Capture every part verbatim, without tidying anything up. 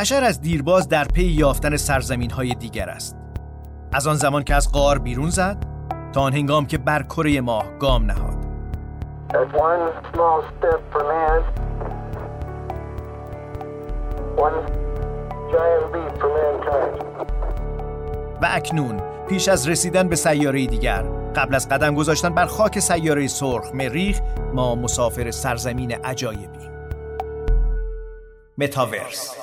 بشر از دیرباز در پی یافتن سرزمین‌های دیگر است. از آن زمان که از غار بیرون زد تا آن هنگام که بر کره ماه گام نهاد. و اکنون پیش از رسیدن به سیاره دیگر، قبل از قدم گذاشتن بر خاک سیاره سرخ مریخ، ما مسافر سرزمین عجایبیم. متاورس.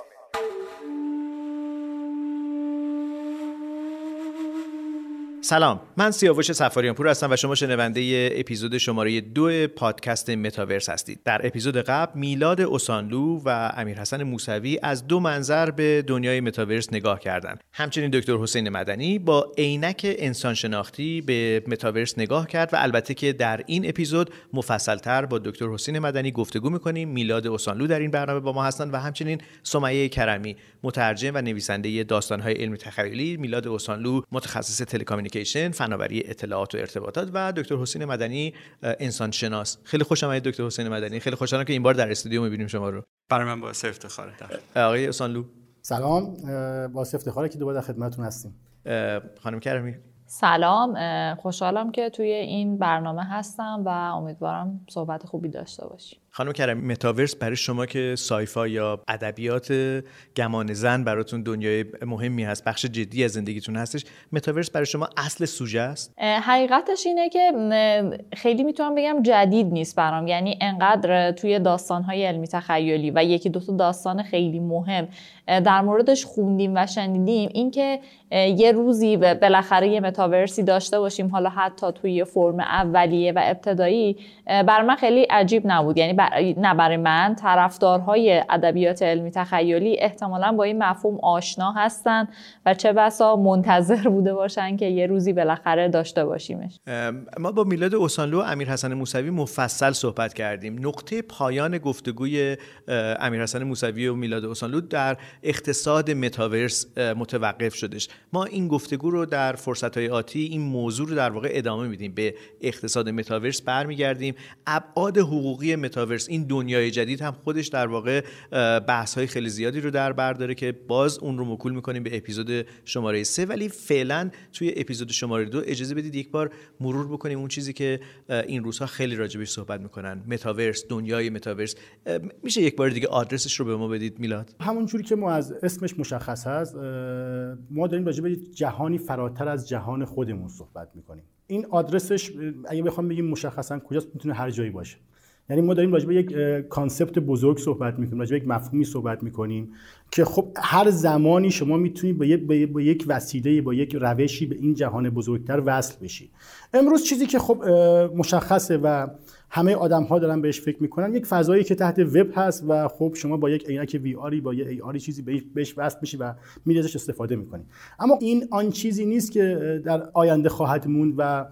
سلام، من سیاوش صفاریان پور هستم و شما شنونده اپیزود شماره دو پادکست متاورس هستید. در اپیزود قبل میلاد اوسانلو و امیرحسن موسوی از دو منظر به دنیای متاورس نگاه کردند. همچنین دکتر حسین مدنی با عینک انسان شناختی به متاورس نگاه کرد و البته که در این اپیزود مفصل‌تر با دکتر حسین مدنی گفتگو می‌کنیم. میلاد اوسانلو در این برنامه با ما هستند و همچنین سمیه کرمی، مترجم و نویسنده داستان‌های علمی تخیلی. میلاد اوسانلو متخصص تلکامیونیکیشن، فناوری اطلاعات و ارتباطات، و دکتر حسین مدنی انسان شناس. خیلی خوش آمدید دکتر حسین مدنی. خیلی خوشحالم که این بار در استودیو می‌بینیم شما رو. برای من باعث افتخاره. آقای اوسانلو سلام، باعث افتخاره که دوباره در خدمتتون هستیم. خانم کرمی سلام، خوشحالم که توی این برنامه هستم و امیدوارم صحبت خوبی داشته باشیم. خانم کرمی، متاورس برای شما که سایفا یا ادبیات گمان زن براتون دنیای مهمی هست، بخش جدی از زندگیتون هستش، متاورس برای شما اصل سوژه است؟ حقیقتش اینه که خیلی میتونم بگم جدید نیست برام، یعنی انقدر توی داستان‌های علمی تخیلی و یکی دو تا داستان خیلی مهم در موردش خوندیم و شنیدیم، اینکه یه روزی بالاخره یه متاورسی داشته باشیم، حالا حتی توی فرم اولیه و ابتدایی، برای من خیلی عجیب نبود. یعنی بر... نه برای من، طرفدارهای ادبیات علمی تخیلی احتمالاً با این مفهوم آشنا هستن و چه بسا منتظر بوده باشن که یه روزی بالاخره داشته باشیمش. ما با میلاد اوسانلو و امیرحسن موسوی مفصل صحبت کردیم. نقطه پایان گفتگوی امیرحسن موسوی و میلاد اوسانلو در اقتصاد متاورس متوقف شدش. ما این گفتگو رو در فرصت‌های آتی این موضوع رو در واقع ادامه میدیم، به اقتصاد متاورس برمیگردیم. ابعاد حقوقی متاورس، این دنیای جدید، هم خودش در واقع بحث‌های خیلی زیادی رو در بر داره که باز اون رو موکول می‌کنیم به اپیزود شماره سه، ولی فعلا توی اپیزود شماره دو اجازه بدید یک بار مرور بکنیم اون چیزی که این روزها خیلی راجبش صحبت می‌کنن، متاورس، دنیای متاورس. میشه یک بار دیگه آدرسش رو به ما بدید میلاد؟ همونجوری که ما از اسمش مشخص هست، ما داریم راجع به جهانی فراتر از جهان خودمون صحبت می‌کنیم. این آدرسش اگه بخوام بگیم مشخصاً کجاست، میتونه هر جایی باشه. یعنی ما داریم راجع به یک کانسپت بزرگ صحبت می‌کنیم، راجع به یک مفهومی صحبت می‌کنیم که خب هر زمانی شما میتونید با یک با یک وسیله، با یک روشی به این جهان بزرگتر وصل بشی. امروز چیزی که خب مشخصه و همه آدم‌ها دارن بهش فکر می‌کنن، یک فضایی که تحت وب هست و خب شما با یک عینک وی آری، با یک ای آری چیزی بهش وصل میشی و میری ازش استفاده می‌کنی. اما این آن چیزی نیست که در آینده خواهد موند و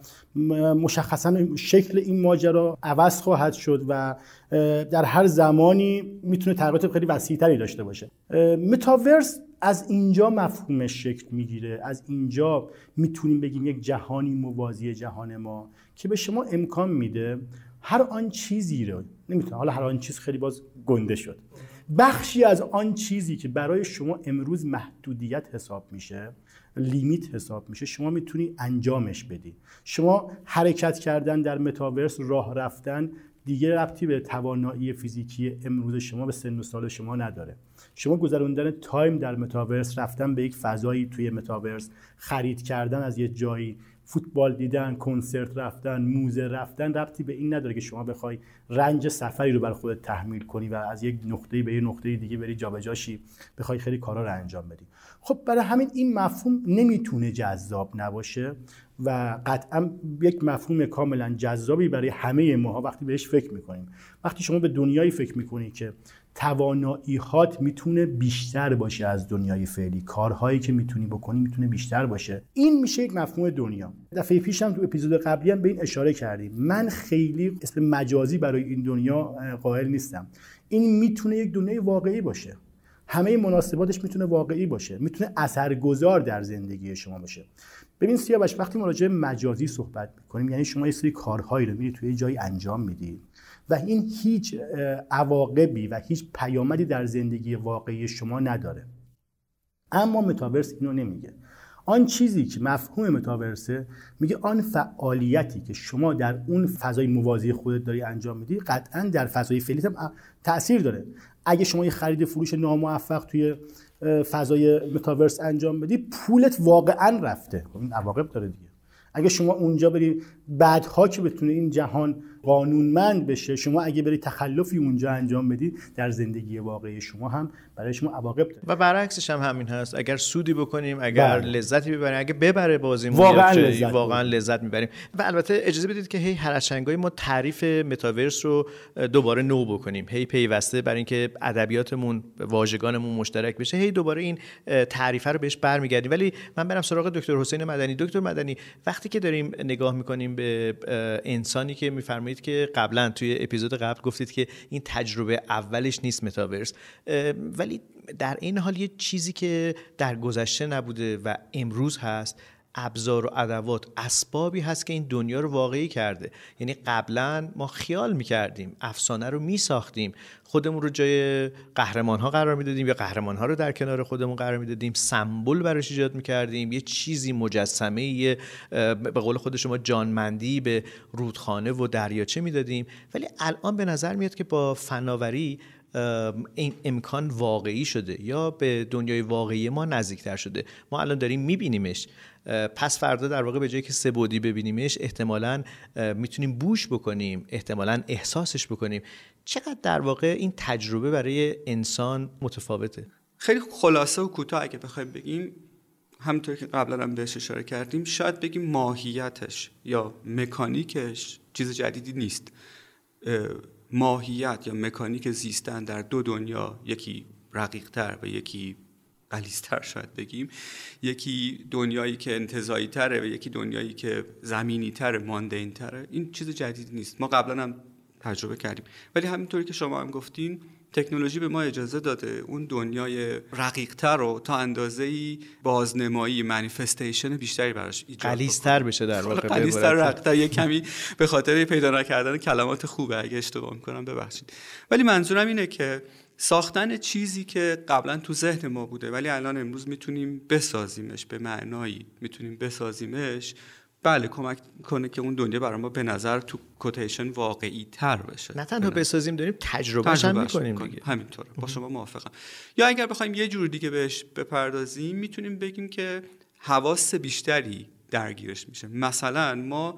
مشخصاً شکل این ماجرا عوض خواهد شد و در هر زمانی میتونه تغییرات خیلی وسیع‌تری داشته باشه. متاورس از اینجا مفهومش شکل میگیره، از اینجا میتونیم بگیم یک جهانی موازی جهان ما که به شما امکان میده هر آن چیزی رو، نمیتونه حالا هر آن چیز خیلی باز گنده شد، بخشی از آن چیزی که برای شما امروز محدودیت حساب میشه، لیمیت حساب میشه، شما میتونی انجامش بدی. شما حرکت کردن در متاورس، راه رفتن، دیگه ربطی به توانایی فیزیکی امروز شما، به سن و سال شما نداره. شما گذروندن تایم در متاورس، رفتن به یک فضایی توی متاورس، خرید کردن از یه جایی، فوتبال دیدن، کنسرت رفتن، موزه رفتن، ربطی به این نداره که شما بخوای رنج سفری رو بر خودت تحمیل کنی و از یک نقطه‌ای به یک نقطه دیگه بری جابجا شی، بخوای خیلی کارا رو انجام بدی. خب برای همین این مفهوم نمیتونه جذاب نباشه و قطعا یک مفهوم کاملا جذابی برای همه ماها وقتی بهش فکر میکنیم. وقتی شما به دنیایی فکر میکنی که توانایی‌هات میتونه بیشتر باشه از دنیای فعلی، کارهایی که میتونی بکنی میتونه بیشتر باشه، این میشه یک مفهوم دنیا. دفعه پیشم تو اپیزود قبلی هم به این اشاره کردیم. من خیلی اسم مجازی برای این دنیا قائل نیستم. این میتونه یک دنیای واقعی باشه. همه مناسباتش میتونه واقعی باشه، میتونه اثرگذار در زندگی شما باشه. ببین سیاوش، وقتی ما راجع به مجازی صحبت میکنیم یعنی شما یه سری کارهایی رو میری توی جایی انجام میدی و این هیچ عواقبی و هیچ پیامدی در زندگی واقعی شما نداره. اما متاورس اینو نمیگه. آن چیزی که مفهوم متاورسه میگه آن فعالیتی که شما در اون فضای موازی خودت داری انجام میدی قطعاً در فضای فعلیت هم تأثیر داره. اگه شما یه خرید فروش ناموفق توی فضای متاورس انجام بدی، پولت واقعاً رفته، این عواقب داره دیگه. اگه شما اونجا بری بعدها که بتونه این جهان قانونمند بشه، شما اگه بری تخلفی اونجا انجام بدی، در زندگی واقعی شما هم برای شما عواقب داره. و برعکسش هم همین هست. اگر سودی بکنیم، اگر بله. لذتی ببریم، اگه ببره بازیمون واقعا لذت, واقعا لذت میبریم. و البته اجازه بدید که هی هر از چنگایی ما تعریف متاورس رو دوباره نو بکنیم، هی پیوسته برای اینکه ادبیاتمون، واژگانمون مشترک بشه، هی دوباره این تعریف رو بهش برمیگردیم. ولی من برم سراغ دکتر حسین مدنی. دکتر مدنی، وقتی که داریم نگاه میکنیم به انسانی که میفرمایید که قبلا توی اپیزود قبل گفتید که این تجربه اولش نیست متاورس، ولی در این حال یه چیزی که در گذشته نبوده و امروز هست، ابزار و ادوات، اسبابی هست که این دنیا رو واقعی کرده. یعنی قبلا ما خیال میکردیم، افسانه رو میساختیم، خودمون رو جای قهرمان ها قرار میدادیم یا قهرمان ها رو در کنار خودمون قرار میدادیم، سمبل براش ایجاد میکردیم، یه چیزی مجسمه، یه به قول خود شما جانمندی به رودخانه و دریاچه میدادیم. ولی الان به نظر میاد که با فناوری این امکان واقعی شده یا به دنیای واقعی ما نزدیکتر شده. ما الان داریم میبینیمش، پس فردا در واقع به جایی که سه بعدی ببینیمش احتمالاً میتونیم بوش بکنیم، احتمالاً احساسش بکنیم. چقدر در واقع این تجربه برای انسان متفاوته؟ خیلی خلاصه و کوتاه اگه بخوایم بگیم، همونطور که قبلا هم بهش اشاره کردیم، شاید بگیم ماهیتش یا مکانیکش چیز جدیدی نیست. ماهیت یا مکانیک زیستن در دو دنیا، یکی رقیق‌تر و یکی غلیظ‌تر شاید بگیم، یکی دنیایی که انتزاعی تره و یکی دنیایی که زمینی تره، ماندین تره، این چیز جدیدی نیست، ما قبلا هم تجربه کردیم. ولی همینطوری که شما هم گفتین، تکنولوژی به ما اجازه داده اون دنیای رقیق‌تر رو تا اندازه‌ای بازنمایی، مانیفستیشن بیشتری براش ایجاد غلیظ‌تر بشه، در واقع غلیظ‌تر، رقیق‌تر، یک کمی به خاطر پیدا نکردن کلمات خوبه اگه اشتباه می‌کنم ببخشید. ولی منظورم اینه که ساختن چیزی که قبلا تو ذهن ما بوده ولی الان امروز میتونیم بسازیمش، به معنایی میتونیم بسازیمش، بله کمک کنه که اون دنیا برای ما به نظر تو کوتیشن واقعی تر بشه. نه تنها بسازیم، داریم تجربهش هم میکنیم دیگه. همینطوره، با شما موافقم. یا اگر بخوایم یه جور دیگه بهش بپردازیم، میتونیم بگیم که حواس بیشتری درگیرش میشه. مثلا ما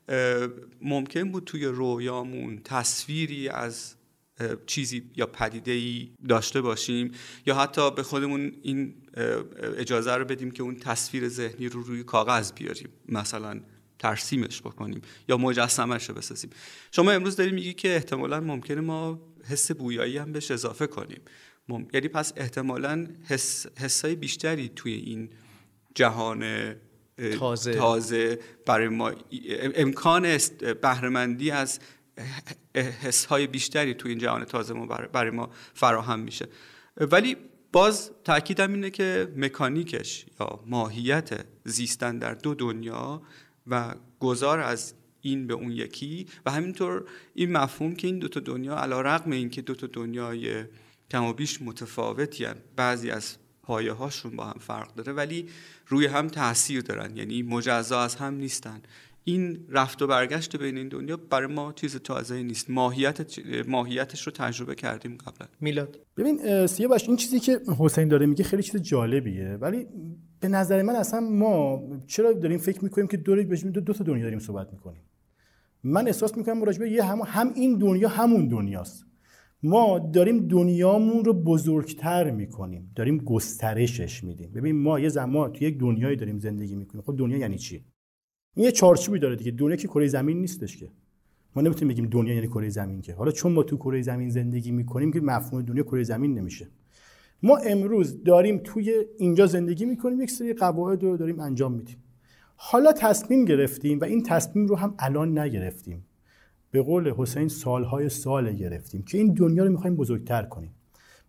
ممکن بود توی رویامون تصویری از چیزی یا پدیده‌ای داشته باشیم یا حتی به خودمون این اجازه رو بدیم که اون تصویر ذهنی رو روی کاغذ بیاریم، مثلا ترسیمش بکنیم یا مجسمه‌اش رو بسازیم. شما امروز داری میگی که احتمالاً ممکنه ما حس بویایی هم بهش اضافه کنیم، مم... یعنی پس احتمالاً حس... حسای بیشتری توی این جهان تازه, تازه برای ما امکان بهره‌مندی از حس‌های بیشتری توی این جهان تازه ما برای ما فراهم میشه. ولی باز تأکیدم اینه که مکانیکش یا ماهیت زیستن در دو دنیا و گذار از این به اون یکی و همینطور این مفهوم که این دو تا دنیا علی‌رغم اینکه دو تا دنیای کم و بیش متفاوتی هستند، بعضی از پایه هاشون با هم فرق داره ولی روی هم تأثیر دارن، یعنی مجزا از هم نیستن. این رفت و برگشت بین این دنیا برای ما چیز تازه‌ای نیست، ماهیت ماهیتش رو تجربه کردیم قبلا. میلاد ببین سیاوش، این چیزی که حسین داره میگه خیلی چیز جالبیه، ولی به نظر من اصلا ما چرا داریم فکر میکنیم که دور دو, دو تا دنیا داریم صحبت میکنیم؟ من احساس میکنم راجع به یه هم, هم این دنیا همون دنیاست. ما داریم دنیامون رو بزرگتر میکنیم، داریم گسترشش میدیم. ببین ما یه زمان تو یک دنیایی داریم زندگی میکنیم. خب دنیا یعنی چی؟ این یه چارچوبی داره دیگه. دنیا که کره زمین نیستش که. ما نمیتونیم بگیم دنیا یعنی کره زمین که. حالا چون ما تو کره زمین زندگی میکنیم که مفهوم دنیا کره زمین نمیشه. ما امروز داریم توی اینجا زندگی میکنیم، یک سری قواعد رو داریم انجام میدیم. حالا تصمیم گرفتیم و این تصمیم رو هم الان نگرفتیم. به قول حسین سالهای سال گرفتیم که این دنیا رو میخوایم بزرگتر کنیم.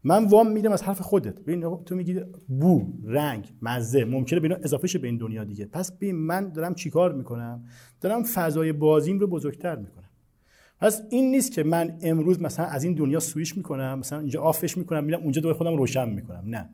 من وام میدم از حرف خودت. ببین تو میگی بو، رنگ، مزه ممکنه به اینا اضافه شه به این دنیا دیگه. پس ببین من دارم چیکار میکنم؟ دارم فضای بازیم رو بزرگتر میکنم. پس این نیست که من امروز مثلا از این دنیا سویش میکنم، مثلا اینجا آفش میکنم میرم اونجا دوباره خودم روشن میکنم. نه،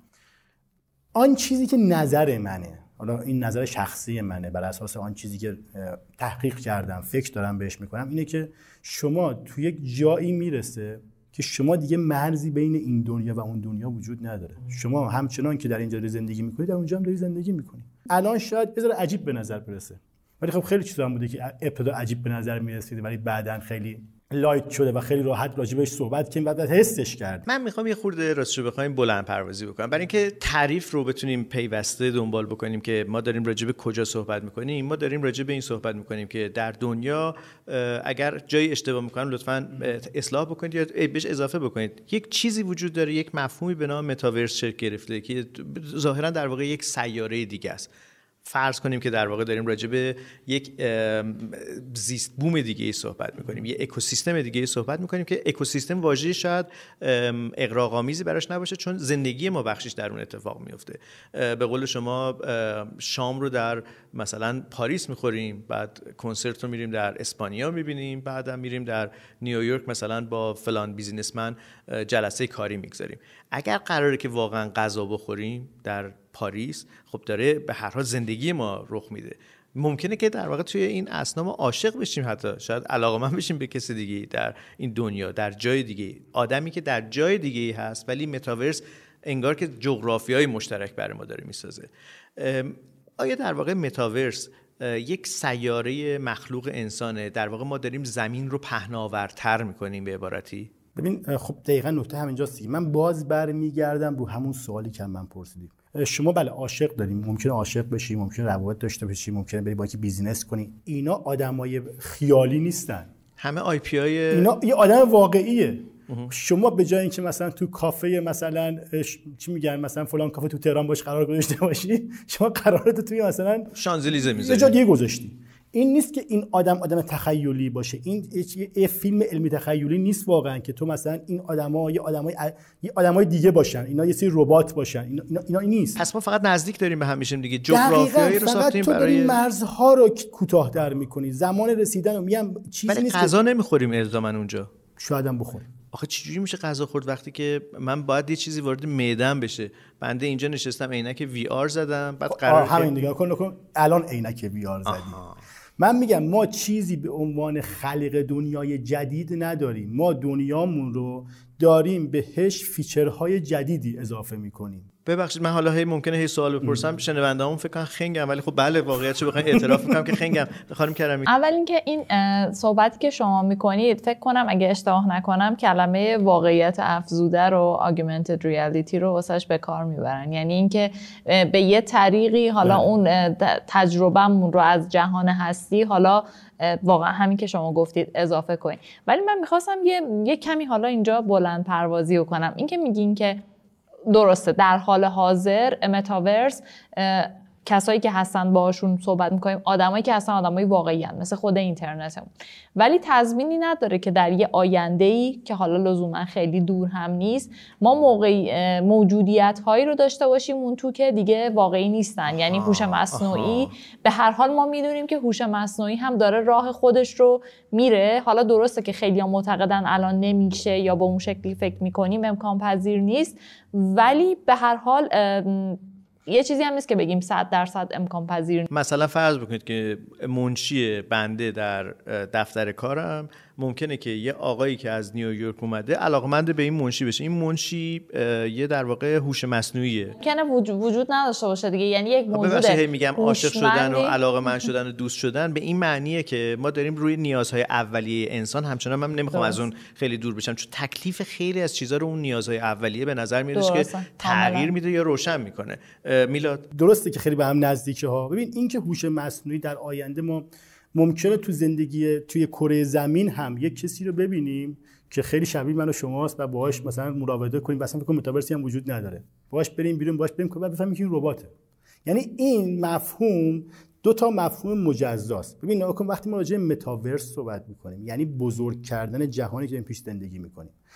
آن چیزی که نظر منه، حالا این نظر شخصی منه، بر اساس آن چیزی که تحقیق کردم فکر دارم بهش میکنم، اینه که شما تو یک جایی میرسه که شما دیگه مرزی بین این دنیا و اون دنیا وجود نداره. شما همچنان که در اینجا داری زندگی میکنید در اونجا هم داری زندگی میکنید. الان شاید یه ذره عجیب به نظر برسه، ولی خب خیلی چیزا هم بوده که ابتدا عجیب به نظر میرسید ولی بعداً خیلی لایت شده و خیلی راحت راجبش صحبت کنیم و بعد حسش کرد. من میخوام یه خورده راستش بخوایم بلند پروازی بکنم برای اینکه تعریف رو بتونیم پیوسته دنبال بکنیم که ما داریم راجب کجا صحبت میکنیم. ما داریم راجب این صحبت میکنیم که در دنیا اگر جایی اشتباه میکنم لطفاً اصلاح بکنید یا بهش اضافه بکنید. یک چیزی وجود داره، یک مفهومی به نام متاورس شکل گرفته که ظاهراً در واقع یک سیاره دیگه است. فرض کنیم که در واقع داریم راجع به یک زیست بوم دیگه ای صحبت میکنیم، یه اکوسیستم دیگه ای صحبت میکنیم که اکوسیستم واژه شاید اغراق‌آمیزی براش نباشه چون زندگی ما بخشش در اون اتفاق میفته. به قول شما شام رو در مثلا پاریس میخوریم، بعد کنسرت رو میریم در اسپانیا میبینیم، بعدم میریم در نیویورک مثلا با فلان بیزینسمن جلسه کاری میگذاریم. اگر قراره که واقعا غذا بخوریم در پاریس، خب داره به هر حال زندگی ما رخ میده. ممکنه که در واقع توی این اثنا ما عاشق بشیم، حتی شاید علاقه‌مند بشیم به کسی دیگه در این دنیا، در جای دیگه، آدمی که در جای دیگه هست، ولی متاورس انگار که جغرافیای مشترک برای ما داره میسازه. آیا در واقع متاورس یک سیاره مخلوق انسانه؟ در واقع ما داریم زمین رو پهناورتر میکنیم به عبارتی؟ ببین خب دقیقاً نکته همینجاست. من باز برمیگردم رو همون سوالی که من پرسیدی. شما بله عاشق داریم، ممکنه عاشق بشی، ممکنه روابط داشته باشی، ممکنه بری با کی بیزینس کنی. اینا آدمای خیالی نیستن. همه آی پی آی اینا یه آدم واقعیه. شما به جای اینکه مثلا تو کافه مثلا چی میگن مثلا فلان کافه تو تهران باش قرار گذاشته باشی، شما قرارت توی مثلا شانزلیزه میذاری، یه جا دیگه گذاشتی. این نیست که این آدم آدم تخیلی باشه. این یه فیلم علمی تخیلی نیست واقعا که تو مثلا این آدما یه آدمای یه آدمای دیگه باشن، اینا یه سری ربات باشن. اینا اینا, اینا نیست. پس ما فقط نزدیک داریم به هم میشیم دیگه. جغرافیایی رو ساختیم برای برای مرزها رو کوتاه‌تر می‌کنی. زمان رسیدن رو میگم چیزی نیست. غذا نمیخوریم الزاما اونجا. شاید هم بخوریم. آخه چجوری میشه غذا خورد وقتی که من باید یه چیزی وارد معده‌ام بشه؟ بنده اینجا نشستم عینک وی آر زدم، بعد قرار همین دیگه کن کن الان عینک وی آر زدی. من میگم ما چیزی به عنوان خلق دنیای جدید نداریم. ما دنیامون رو داریم بهش فیچرهای جدیدی اضافه میکنیم. ببخشید من حالا هی ممکنه هی سوال بپرسم، شنوندهامون فکر کنن خنگم، ولی خب بله واقعیتشو بخواید اعتراف میکنم که خنگم. خانم کرمی، اول اینکه این صحبتی که شما میکنید فکر کنم اگه اشتباه نکنم کلمه واقعیت افزوده رو augmented reality رو واسش به کار میبرن، یعنی اینکه به یه طریقی حالا اون تجربهمون رو از جهان هستی حالا واقعا همین که شما گفتید اضافه کنید. ولی من میخواستم یه, یه کمی حالا اینجا بلند پروازی رو کنم. این که میگین که درسته در حال حاضر متاورس کسایی که هستن باهاشون صحبت میکنیم آدمایی که هستن آدمای واقعی هستن مثل خود اینترنتمون، ولی تضمینی نداره که در یه آینده‌ای که حالا لزوما خیلی دور هم نیست ما موقعی موجودیت هایی رو داشته باشیم اون تو که دیگه واقعی نیستن. یعنی هوش مصنوعی به هر حال ما میدونیم که هوش مصنوعی هم داره راه خودش رو میره. حالا درسته که خیلی‌ها معتقدن الان نمیشه یا با اون شکلی فکر میکنیم امکان پذیر نیست، ولی به هر حال یه چیزی هم نیست که بگیم صد درصد امکان پذیر. مثلا فرض بکنید که منشی بنده در دفتر کارم ممکنه که یه آقایی که از نیویورک اومده علاقمند به این منشی بشه. این منشی یه در واقع هوش مصنوعیه، ممکنه وجود نداشته باشه دیگه. یعنی یک موجود هی میگم عاشق شدن و علاقمند شدن و دوست شدن به این معنیه که ما داریم روی نیازهای اولیه انسان همچنان من نمیخوام از اون خیلی دور بشم چون تکلیف خیلی از چیزا رو اون نیازهای اولیه به نظر میاد که تغییر میده یا روشن میکنه. میلاد درسته که خیلی به هم نزدیکه ها. ببین این که هوش مصنوعی در آینده ما ممکنه تو زندگی توی کره زمین هم یک کسی رو ببینیم که خیلی شبیه من و شماست و باهاش مثلا مراوده کنیم، مثلا فکر کنم متاورسی هم وجود نداره، باهاش بریم بیرون باهاش بریم بعد بفهمیم که این رباته. یعنی این مفهوم دو تا مفهوم مجزاست. ببین نگاه کن وقتی ما راجع به متاورس صحبت می‌کنیم یعنی بزرگ کردن جهانی که این پیش زندگی می‌کنیم،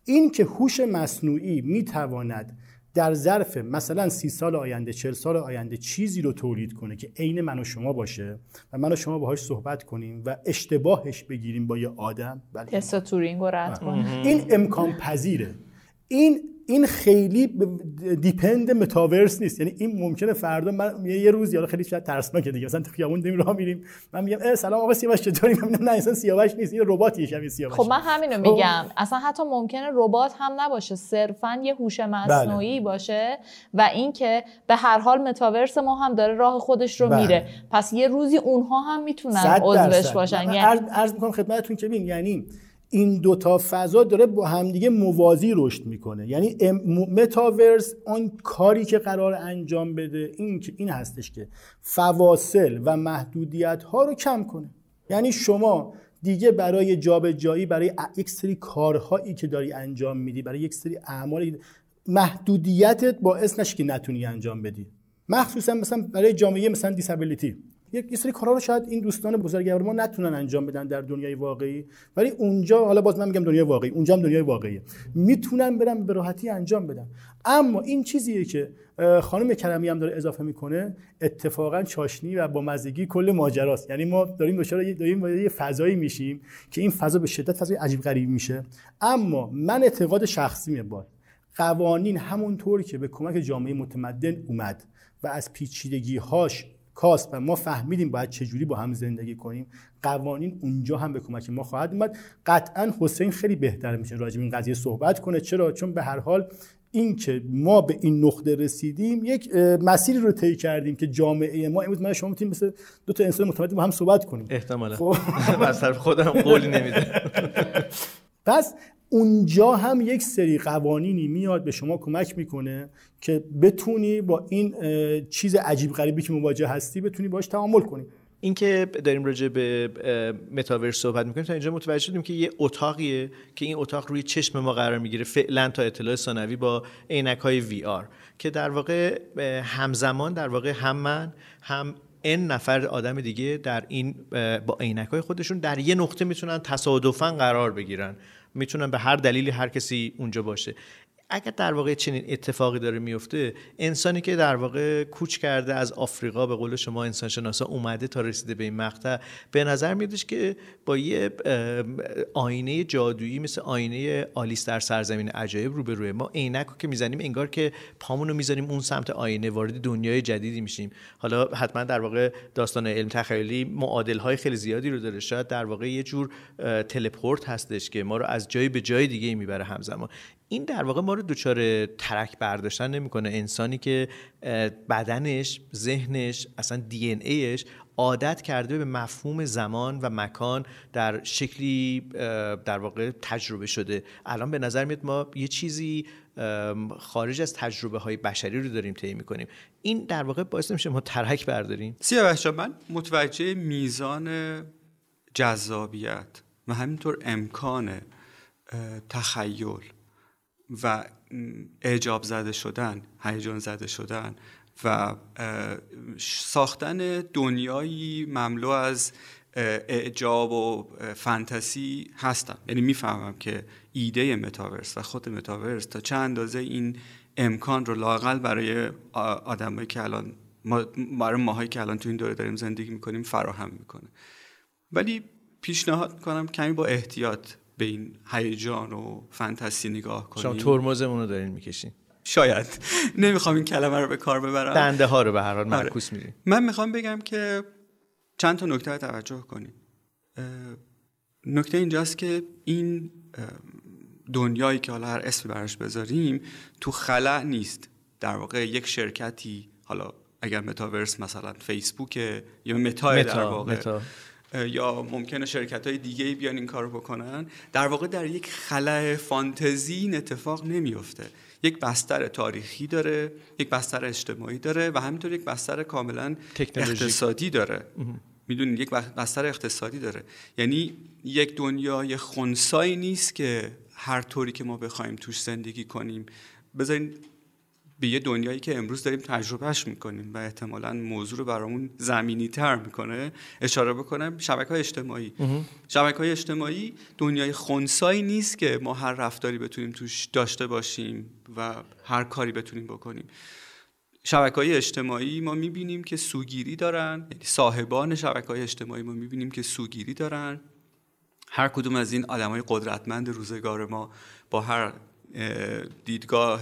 این که هوش مصنوعی میتواند در ظرف مثلا سی سال آینده، چهل سال آینده چیزی رو تولید کنه که عین من و شما باشه و من و شما باهاش صحبت کنیم و اشتباهش بگیریم با یه آدم، تست تورینگ رو رد کنیم، این امکان پذیره. این این خیلی دیپند متاورس نیست. یعنی این ممکنه فردا من یه روز، یا خیلی شاید ترسناکه دیگه، مثلا تو خیابون داریم راه میریم، من میگم اه سلام آقا سیاوش چطوری؟ میگم نه اصلا سیاوش نیست، این رباتیه شبیه سیاوش. خب من همینو میگم، اصلا حتی ممکنه ربات هم نباشه، صرفا یه هوش مصنوعی بله. باشه و اینکه به هر حال متاورس ما هم داره راه خودش رو بله. میره، پس یه روزی اونها هم میتونن عضوش باشن. یعنی عرض میکنم خدمتتون که ببین، یعنی این دو تا فضا داره با همدیگه موازی رشد میکنه. یعنی متاورس اون کاری که قرار انجام بده این که این هستش که فواصل و محدودیت ها رو کم کنه. یعنی شما دیگه برای جابجایی، برای یک سری کارهایی که داری انجام میدی، برای یک سری اعمالی، محدودیتت باعث نشه که نتونی انجام بدی. مخصوصا مثلا برای جامعه مثلا دیسابیلیتی، یک سری کارا رو شاید این دوستان بزرگوار ما نتونن انجام بدن در دنیای واقعی، ولی اونجا، حالا باز من میگم دنیای واقعی، اونجا هم دنیای واقعیه، میتونن برن به راحتی انجام بدن. اما این چیزیه که خانم کرمی هم داره اضافه میکنه، اتفاقا چاشنی و با مزگی کل ماجراست. یعنی ما داریم دچار داریم یه فضایی میشیم که این فضا به شدت فضای عجیب غریب میشه. اما من اعتقاد شخصیمه، با قوانین همونطور که به کمک جامعه متمدن اومد و از پیچیدگی‌هاش کاست و ما فهمیدیم باید چجوری با هم زندگی کنیم، قوانین اونجا هم به کمک ما خواهد اومد. قطعا حسین خیلی بهتر میشه راجع به این قضیه صحبت کنه. چرا؟ چون به هر حال این که ما به این نقطه رسیدیم یک مسیری رو طی کردیم که جامعه ما امروز من شما میتونیم مثل دو تا انسان متمدن با هم صحبت کنیم. احتمالاً خب از طرف خودم قولی نمیده. پس اونجا هم یک سری قوانینی میاد به شما کمک میکنه که بتونی با این چیز عجیب غریبی که مواجه هستی بتونی باش تعامل کنی. این که داریم راجع به متاورس صحبت میکنیم تا اینجا متوجه شدیم که یه اتاقیه که این اتاق روی چشم ما قرار میگیره فعلا تا اطلاع ثانوی با عینک‌های وی آر که در واقع همزمان در واقع هم من هم این نفر آدم دیگه در این با عینک‌های خودشون در یه نقطه میتونن تصادفاً قرار بگیرن، میتونن به هر دلیلی هر کسی اونجا باشه. اگر در واقع چنین اتفاقی داره میفته، انسانی که در واقع کوچ کرده از آفریقا به قول شما انسان شناسا اومده تا رسیده به این مقطع، به نظر میادش که با یه آینه جادویی مثل آینه آلیس در سرزمین عجایب روبروه ما. عینک رو که میزنیم انگار که پامون رو میذاریم اون سمت آینه، وارد دنیای جدیدی میشیم. حالا حتما در واقع داستان علم تخیلی معادل‌های خیلی زیادی رو داره، شاید در واقع یه جور تلپورت هستش که ما رو از جای به جای دیگه میبره همزمان. این در واقع ما رو دوچار ترک برداشتن نمیکنه. انسانی که بدنش، ذهنش، اصلا دی ان ایش عادت کرده به مفهوم زمان و مکان در شکلی در واقع تجربه شده، الان به نظر میاد ما یه چیزی خارج از تجربه های بشری رو داریم طی میکنیم. این در واقع باعث نمیشه ما ترک برداریم. سیاوش جان، من متوجه میزان جذابیت و همینطور امکان تخیل و اعجاب زده شدن، هیجان زده شدن و ساختن دنیایی مملو از اعجاب و فانتزی هستم. یعنی میفهمم که ایده متاورس و خود متاورس تا چه اندازه این امکان رو لااقل برای آدمایی که الان ما برای ماهایی که الان تو این دوره داریم زندگی میکنیم فراهم میکنه. ولی پیشنهاد میکنم کمی با احتیاط به این هیجان و فانتزی نگاه کنیم. شما ترمزمون رو دارین میکشین. شاید نمیخوام این کلمه رو به کار ببرم. دنده ها رو به هر حال معکوس می‌رین. من میخوام بگم که چند تا نکته رو توجه کنیم. نکته اینجاست که این دنیایی که حالا هر اسمی براش بذاریم تو خلأ نیست. در واقع یک شرکتی، حالا اگر متاورس مثلا فیسبوک یا متا در واقع متا. یا ممکنه شرکت‌های دیگه‌ای بیان این کارو بکنن، در واقع در یک خلأ فانتزی این اتفاق نمیفته. یک بستر تاریخی داره، یک بستر اجتماعی داره و همینطور یک بستر کاملا اقتصادی داره. میدونید یک بستر اقتصادی داره. یعنی یک دنیای خنثی نیست که هر طوری که ما بخوایم توش زندگی کنیم. بذارین به یه دنیایی که امروز داریم تجربهش میکنیم و احتمالاً موضوع رو برامون زمینی تر میکنه اشاره بکنم. شبکه‌های اجتماعی شبکه‌های اجتماعی دنیای خنثایی نیست که ما هر رفتاری بتونیم توش داشته باشیم و هر کاری بتونیم بکنیم. شبکه‌های اجتماعی ما میبینیم که سوگیری دارن، یعنی صاحبان شبکه‌های اجتماعی ما میبینیم که سوگیری دارن. هر کدوم از این آدمای قدرتمند روزگار ما با هر دیدگاه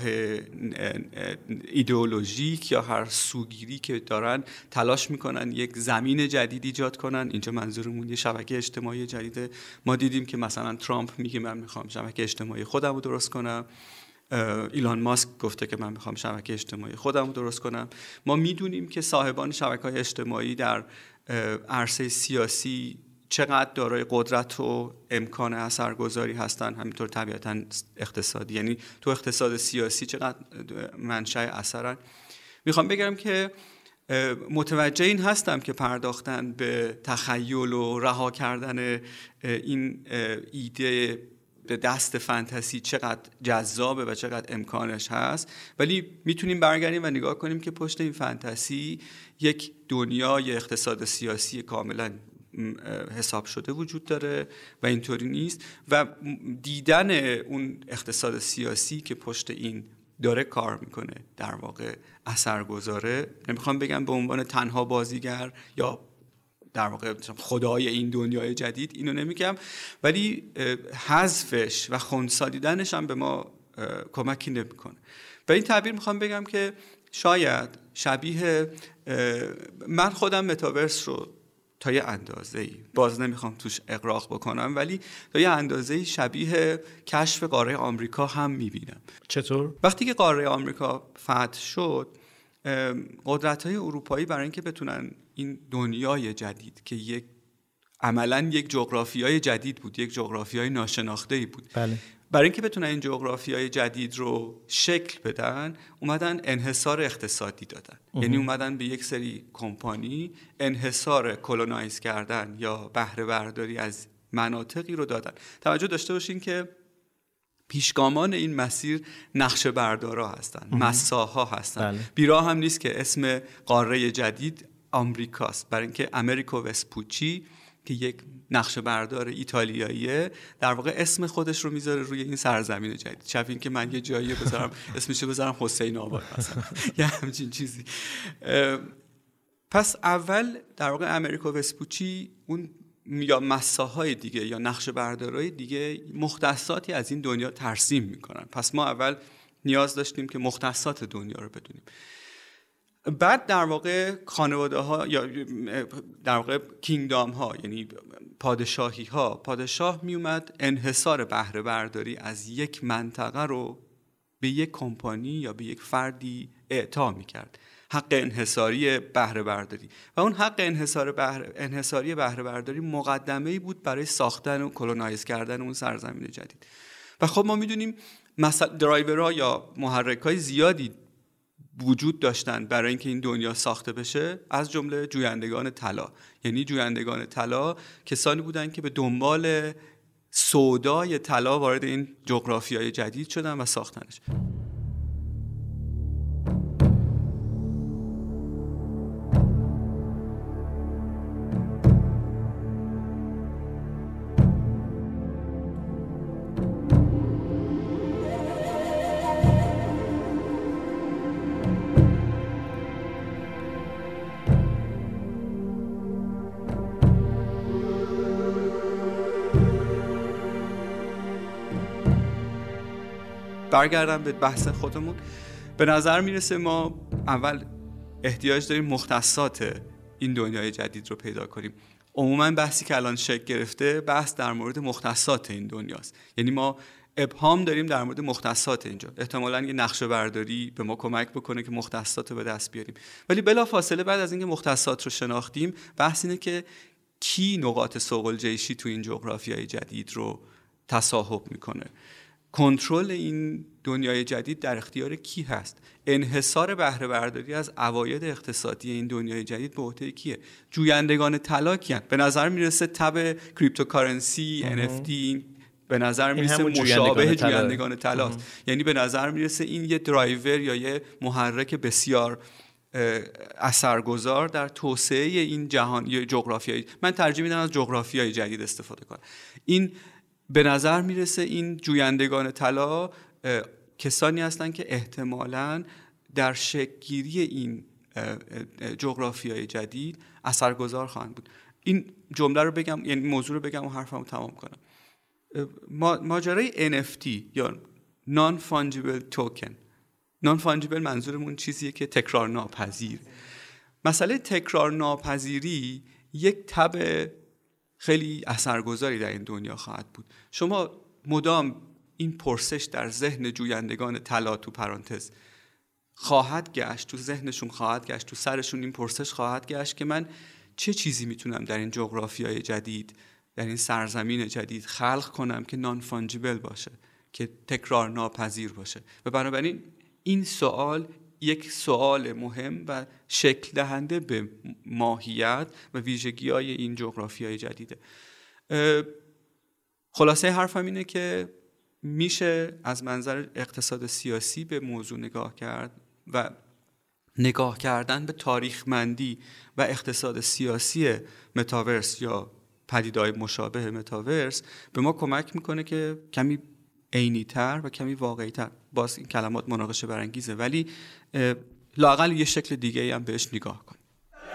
ایدئولوژیک یا هر سوگیری که دارن تلاش میکنن یک زمین جدید ایجاد کنن. اینجا منظورمون یه شبکه اجتماعی جدیده. ما دیدیم که مثلا ترامپ میگه من میخوام شبکه اجتماعی خودم رو درست کنم، ایلان ماسک گفته که من میخوام شبکه اجتماعی خودم رو درست کنم. ما میدونیم که صاحبان شبکه‌های اجتماعی در عرصه سیاسی چقدر دارای قدرت و امکان اثرگذاری هستن، همینطور طبیعتاً اقتصادی، یعنی تو اقتصاد سیاسی چقدر منشأ اثرن. میخوام بگم که متوجه این هستم که پرداختن به تخیل و رها کردن این ایده به دست فانتزی چقدر جذابه و چقدر امکانش هست، ولی میتونیم برگردیم و نگاه کنیم که پشت این فانتزی یک دنیای اقتصاد سیاسی کاملا حساب شده وجود داره و اینطوری نیست. و دیدن اون اقتصاد سیاسی که پشت این داره کار میکنه در واقع اثرگذاره. نمیخوام بگم به عنوان تنها بازیگر یا در واقع خدای این دنیای جدید، اینو نمیگم، ولی حذفش و خنثی دیدنش هم به ما کمکی نمیکنه. به این تعبیر میخوام بگم که شاید شبیه، من خودم متاورس رو تا یه اندازه‌ای، باز نمیخوام توش اغراق بکنم، ولی تا یه اندازه‌ای شبیه کشف قاره آمریکا هم میبینم. چطور؟ وقتی که قاره آمریکا فتح شد، قدرت‌های اروپایی برای اینکه بتونن این دنیای جدید که یک عملاً یک جغرافیای جدید بود، یک جغرافیای ناشناخته‌ای بود، بله. برای اینکه بتونن این جغرافیای جدید رو شکل بدن، اومدن انحصار اقتصادی دادن. یعنی اومدن به یک سری کمپانی انحصار کلونایز کردن یا بهره برداری از مناطقی رو دادن. توجه داشته باشین که پیشگامان این مسیر نقشه بردارا هستن، مساها هستن. بله. بیرا هم نیست که اسم قاره جدید آمریکاست، برای اینکه امریکو وسپوچی که یک نقشه بردار ایتالیاییه در واقع اسم خودش رو میذاره روی این سرزمین جدید. شاید این که من یه جایی بذارم اسمشو بذارم حسین آباد مثلا یا همچین چیزی. پس اول در واقع امریکو وسپوچی اون یا مساحهای دیگه یا نقشه بردارهای دیگه مختصاتی از این دنیا ترسیم میکنن. پس ما اول نیاز داشتیم که مختصات دنیا رو بدونیم. بعد در واقع خانواده ها یا در واقع کینگدام ها، یعنی پادشاهی ها، پادشاه می اومد انحصار بهره برداری از یک منطقه رو به یک کمپانی یا به یک فردی اعطا می کرد، حق انحصاری بهره برداری. و اون حق انحصار بهره انحصاری بهره برداری مقدمه‌ای بود برای ساختن و کلونایز کردن اون سرزمین جدید. و خب ما میدونیم مثلا درایورها یا محرک‌های زیادی وجود داشتن برای اینکه این دنیا ساخته بشه، از جمله جویندگان طلا. یعنی جویندگان طلا کسانی بودن که به دنبال سودای طلا وارد این جغرافیای جدید شدن و ساختنش. برگردم به بحث خودمون. به نظر میرسه ما اول احتیاج داریم مختصات این دنیای جدید رو پیدا کنیم. عموما بحثی که الان شکل گرفته بحث در مورد مختصات این دنیاست. یعنی ما ابهام داریم در مورد مختصات اینجا. احتمالاً یه نقشه برداری به ما کمک بکنه که مختصات رو به دست بیاریم. ولی بلافاصله بعد از اینکه مختصات رو شناختیم، بحث اینه که کی نقاط سوق الجیشی تو این جغرافیای جدید رو تصاحب میکنه. کنترل این دنیای جدید در اختیار کی هست؟ انحصار بهره برداری از عواید اقتصادی این دنیای جدید به عهده کیه؟ جویندگان طلا کیان؟ به نظر میرسه تب کریپتوکارنسی، ان اف تی، به نظر میرسه مشابه جویندگان طلا، یعنی به نظر میرسه این یه درایور یا یه محرک بسیار اثرگذار در توسعه این جهان یا جغرافیایی، من ترجیح میدم از جغرافیای جدید استفاده کنم. این به نظر میرسه این جویندگان طلا کسانی هستند که احتمالاً در شکل‌گیری این جغرافیای جدید اثرگذار خواهند بود. این جمله رو بگم، یعنی موضوع رو بگم و حرفمو تمام کنم. ماجرای ان اف تی یا نان فانجیبل توکن، نان فانجیبل منظورمون چیزیه که تکرار ناپذیر. مسئله تکرار ناپذیری یک تبع خیلی اثرگذاری در این دنیا خواهد بود. شما مدام این پرسش در ذهن جویندگان طلا تو پرانتز خواهد گشت، تو ذهنشون خواهد گشت، تو سرشون این پرسش خواهد گشت که من چه چیزی میتونم در این جغرافیای جدید، در این سرزمین جدید خلق کنم که نان فانجیبل باشه، که تکرار ناپذیر باشه. و بنابراین این سوال یک سوال مهم و شکل دهنده به ماهیت و ویژگی‌های این جغرافیای جدیده. خلاصه حرفم اینه که میشه از منظر اقتصاد سیاسی به موضوع نگاه کرد و نگاه کردن به تاریخمندی و اقتصاد سیاسی متاورس یا پدیده‌های مشابه متاورس به ما کمک میکنه که کمی عینی‌تر و کمی واقعی‌تر، باز این کلمات مناقشه برانگیزه ولی لااقل یه شکل دیگه‌ای هم بهش نگاه کنیم.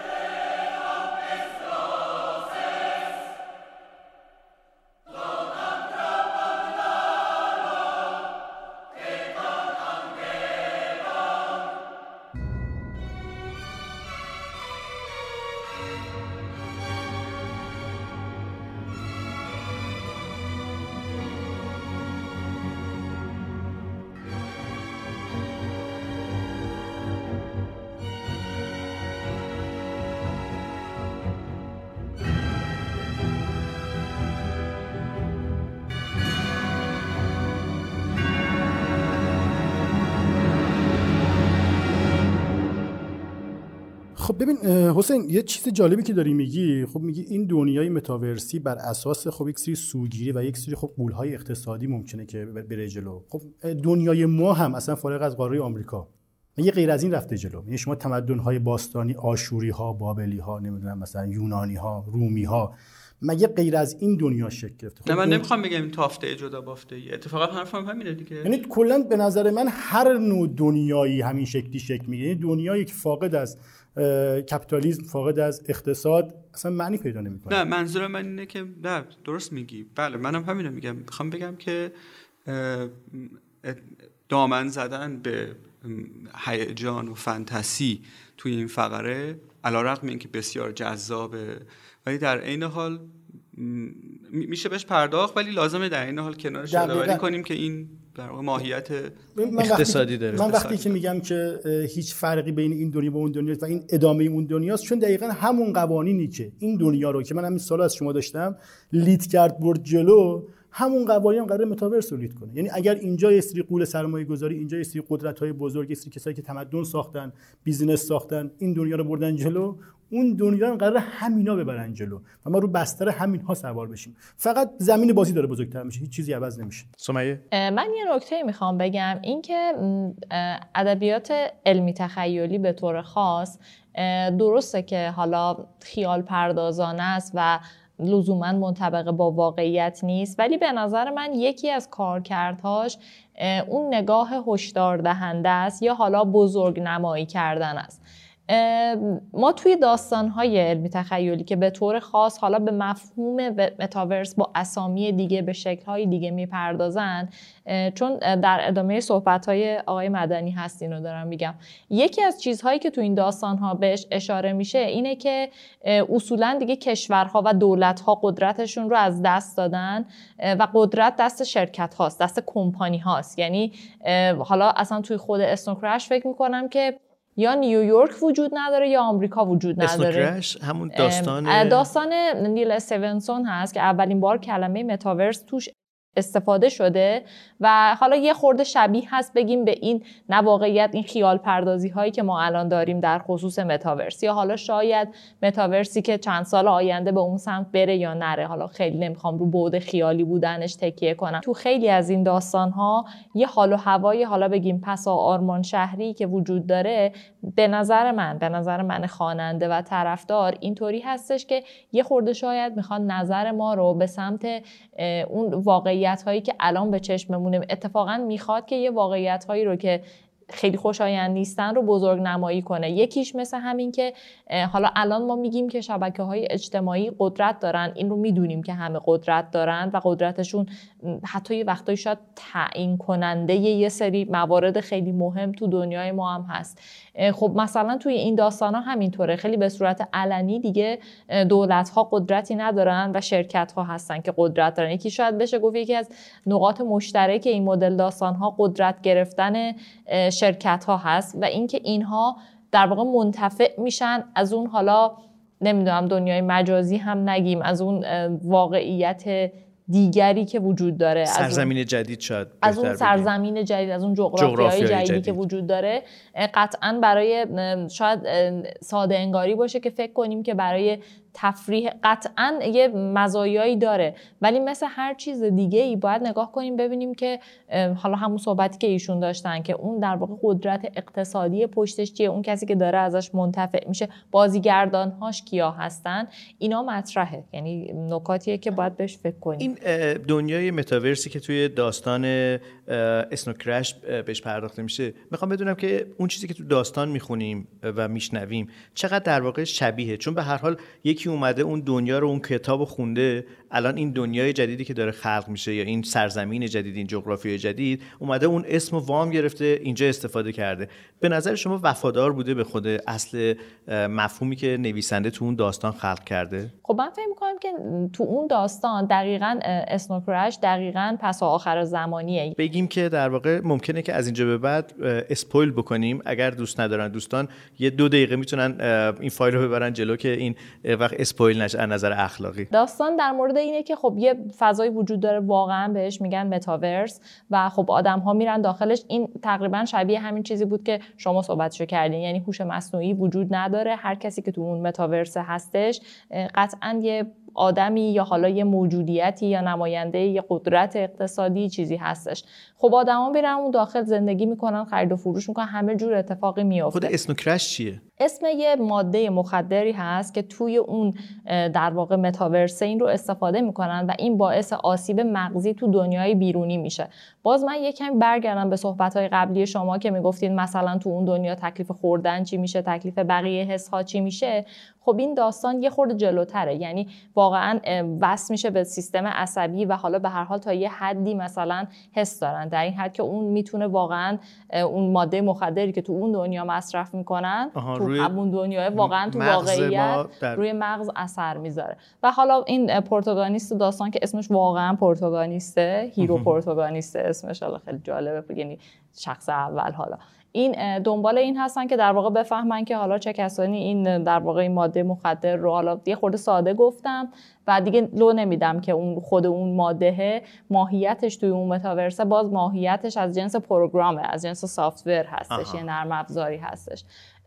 خب ببین حسین، یه چیز جالبی که داری میگی، خب میگی این دنیای متاورسی بر اساس خب یک سری سوگیری و یک سری خب غول‌های اقتصادی ممکنه که بره جلو. خب دنیای ما هم اصلا فارغ از قاره آمریکا یه غیر از این رفته جلو. یعنی شما تمدن‌های باستانی، آشوری‌ها، بابلی‌ها، نمیدونم مثلا یونانی‌ها، رومی‌ها، مگه غیر از این دنیا شکل گرفته؟ خب نه من نمیخوام بگم این تافته جدا بافته ای، اتفاقا حرفم همینه دیگه. یعنی کلا به نظر من هر نوع دنیایی همین شکلی شکل میگیره. یعنی دنیایی که فاقد از کپیتالیسم، فاقد از اقتصاد، اصلا معنی پیدا نمیکنه. نه منظور من اینه که نه درست میگی، بله منم همینو میگم. میخوام بگم که دامن زدن به هیجان و فانتزی توی این فقره علیرغم اینکه بسیار جذابه ولی در عین حال میشه بهش پرداخت، ولی لازمه در این حال کنارش یادآوری کنیم که این در واقع ماهیت اقتصادی داره. من وقتی که میگم که هیچ فرقی بین این دنیا و اون دنیا و این ادامه اون دنیاست، چون دقیقاً همون قوانینی که این دنیا رو که من همین سال از شما داشتم لید کرد برد جلو، همون قوانین قرار متاورس رو لید کنه. یعنی اگر اینجا یه سری غول سرمایه گذاری، اینجا یه سری قدرت‌های بزرگ، یه سری کسایی که تمدن ساختن، بیزینس ساختن، این دنیا رو بردن جلو، اون دنیا رو قرار همینا ببرن جلو و ما رو بستر همین‌ها سوار بشیم. فقط زمین بازی داره بزرگتر میشه، هیچ چیزی عوض نمیشه. سمیه، من یه نکته میخوام بگم، این که ادبیات علمی تخیلی به طور خاص درسته که حالا خیال پردازانه است و لزوماً منطبق با واقعیت نیست، ولی به نظر من یکی از کارکردهاش اون نگاه هشدار دهنده است یا حالا بزرگ نمایی کردن است. ما توی داستان‌های علمی تخیلی که به طور خاص حالا به مفهوم متاورس با اسامی دیگه به شکل‌های دیگه میپردازن، چون در ادامه صحبت‌های آقای مدنی هست اینو دارم میگم، یکی از چیزهایی که تو این داستان‌ها بهش اشاره میشه اینه که اصولاً دیگه کشورها و دولت‌ها قدرتشون رو از دست دادن و قدرت دست شرکت هاست، دست کمپانی هاست. یعنی حالا اصلا توی خود اسنوکرش فکر میکنم که یا نیویورک وجود نداره یا آمریکا وجود نداره. اسنوکرش همون داستان داستان نیل استیونسون هست که اولین بار کلمه متاورس توش استفاده شده و حالا یه خورده شبیه هست بگیم به این نه واقعیت این خیال پردازی هایی که ما الان داریم در خصوص متاورس، یا حالا شاید متاورسی که چند سال آینده به اون سمت بره یا نره. حالا خیلی نمیخوام رو بعد خیالی بودنش تکیه کنم. تو خیلی از این داستان ها یه حال و هوای حالا بگیم پسا آرمان شهری که وجود داره، به نظر من به نظر من خواننده و طرفدار اینطوری هستش که یه خورده شاید میخوان نظر ما رو به سمت اون واقعیت هایی که الان به چشممونه، اتفاقا میخواد که یه واقعیت هایی رو که خیلی خوشایند نیستن رو بزرگ نمایی کنه. یکیش مثل همین که حالا الان ما میگیم که شبکه‌های اجتماعی قدرت دارن، این رو میدونیم که همه قدرت دارن و قدرتشون حتی یه وقتایی شاید تعیین کننده یه سری موارد خیلی مهم تو دنیای ما هم هست. خب مثلا توی این داستانا همینطوره، خیلی به صورت علنی دیگه دولت‌ها قدرتی ندارن و شرکت‌ها هستن که قدرت دارن. یکی شاید بشه گفت یکی از نقاط مشترک این مدل داستان‌ها قدرت گرفتن شرکت‌ها هست و اینکه اینها در واقع منتفع میشن از اون، حالا نمیدونم دنیای مجازی هم نگیم، از اون واقعیت دیگری که وجود داره، سرزمین از جدید شاید از اون سرزمین جدید، از اون جغرافیای جدیدی جدید. که وجود داره، قطعاً برای شاید ساده انگاری باشه که فکر کنیم که برای تفریح قطعاً یه مزایایی داره، ولی مثل هر چیز دیگه ای باید نگاه کنیم ببینیم که حالا همون صحبتی که ایشون داشتن که اون در واقع قدرت اقتصادی پشتش چیه، اون کسی که داره ازش منتفع میشه، بازیگردانهاش کیا هستن، اینا مطرحه. یعنی نکاتیه که باید بهش فکر کنیم. این دنیای متاورسی که توی داستان اسنو کرش بهش پرداخته میشه، میخوام بدونم که اون چیزی که تو داستان میخونیم و میشنویم چقدر در واقع شبیه، چون به هر حال یکی اومده اون دنیا رو، اون کتابو خونده، الان این دنیای جدیدی که داره خلق میشه یا این سرزمین جدید، این جغرافیای جدید، اومده اون اسمو وام گرفته اینجا استفاده کرده. به نظر شما وفادار بوده به خود اصل مفهومی که نویسنده تو اون داستان خلق کرده؟ خب من فکر می‌کنم که تو اون داستان دقیقاً اسنو کرش دقیقاً پس آخر زمانیه. بگیم که در واقع ممکنه که از اینجا به بعد اسپویل بکنیم، اگر دوست ندارن دوستان یه دو دقیقه میتونن این فایل رو ببرن جلو که این وقت اسپویل نشه از نظر اخلاقی. داستان در مورد اینه که خب یه فضایی وجود داره، واقعا بهش میگن متاورس و خب آدم‌ها میرن داخلش. این تقریبا شبیه همین چیزی بود که شما صحبتشو کردین، یعنی هوش مصنوعی وجود نداره، هر کسی که تو اون متاورس هستش قطعاً یه آدمی یا حالا یه موجودیتی یا نماینده یه قدرت اقتصادی چیزی هستش. خب آدما میرن اون داخل زندگی میکنن، خرید و فروش میکنن، همه جور اتفاقی میفته. خود اسنو کرش چیه؟ اسم یه ماده مخدری هست که توی اون در واقع متاورس این رو استفاده میکنن و این باعث آسیب مغزی تو دنیای بیرونی میشه. باز من یه کمی برگردم به صحبت‌های قبلی شما که میگفتید مثلا تو اون دنیا تکلیف خوردن چی میشه، تکلیف بقیه حس‌ها چی میشه. خب این داستان یه خورده جلوتره، یعنی واقعا وصل میشه به سیستم عصبی و حالا به هر حال تا یه حدی مثلا حس دارن، در این حد که اون میتونه واقعا اون ماده مخدری که تو اون دنیا مصرف میکنن تو همون دنیای واقعا تو واقعیت در... روی مغز اثر میذاره. و حالا این پروتاگونیست داستان که اسمش واقعا پروتاگونیسته، هیرو پروتاگونیسته اسمش، حالا خیلی جالبه، یعنی شخص اول. حالا این دنبال این هستن که در واقع بفهمن که حالا چه کسانی این در واقع این ماده مخدر رو، حالا یه خورده ساده گفتم و دیگه لو نمیدم که اون خود اون ماده ماهیتش توی اون متاورس باز ماهیتش از جنس پروگرامه، از جنس سافتور هستش، یه نرم افزاری هستش.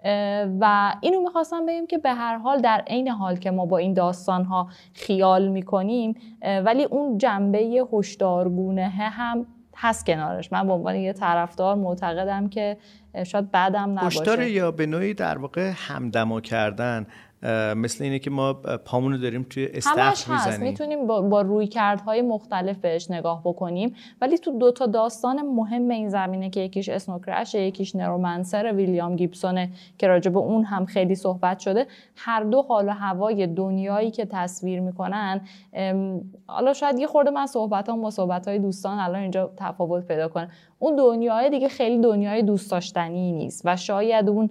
و اینو میخواستم بگم که به هر حال در عین حال که ما با این داستان‌ها خیال میکنیم ولی اون جنبه هشدارگونه هم هست کنارش. من به عنوان یه طرفدار معتقدم که شاید بعدم نباشه. هشدار یا به نوعی در واقع همدما کردن، مثل اینه که ما پامونو داریم توی استخر میزنیم. میتونیم با, با رویکردهای مختلف بهش نگاه بکنیم، ولی تو دو تا داستان مهم این زمینه که یکیش اسنو کرش، یکیش نرومنسر ویلیام گیبسونه که راجع به اون هم خیلی صحبت شده، هر دو حال و هوای دنیایی که تصویر میکنن، حالا شاید یه خورده من صحبتام با صحبتهای دوستان الان اینجا تفاوت پیدا کنه، اون دنیای دیگه خیلی دنیای دوست داشتنی نیست و شاید اون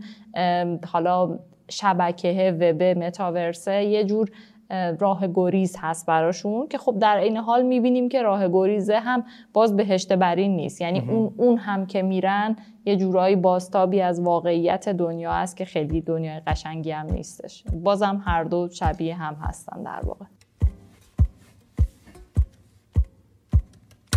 حالا شبکه وب متاورسه یه جور راه گریز هست براشون که خب در این حال میبینیم که راه گریزه هم باز بهشت برین نیست، یعنی اون اون هم که میرن یه جورایی بازتابی از واقعیت دنیا است که خیلی دنیای قشنگی هم نیستش. بازم هر دو شبیه هم هستن در واقع.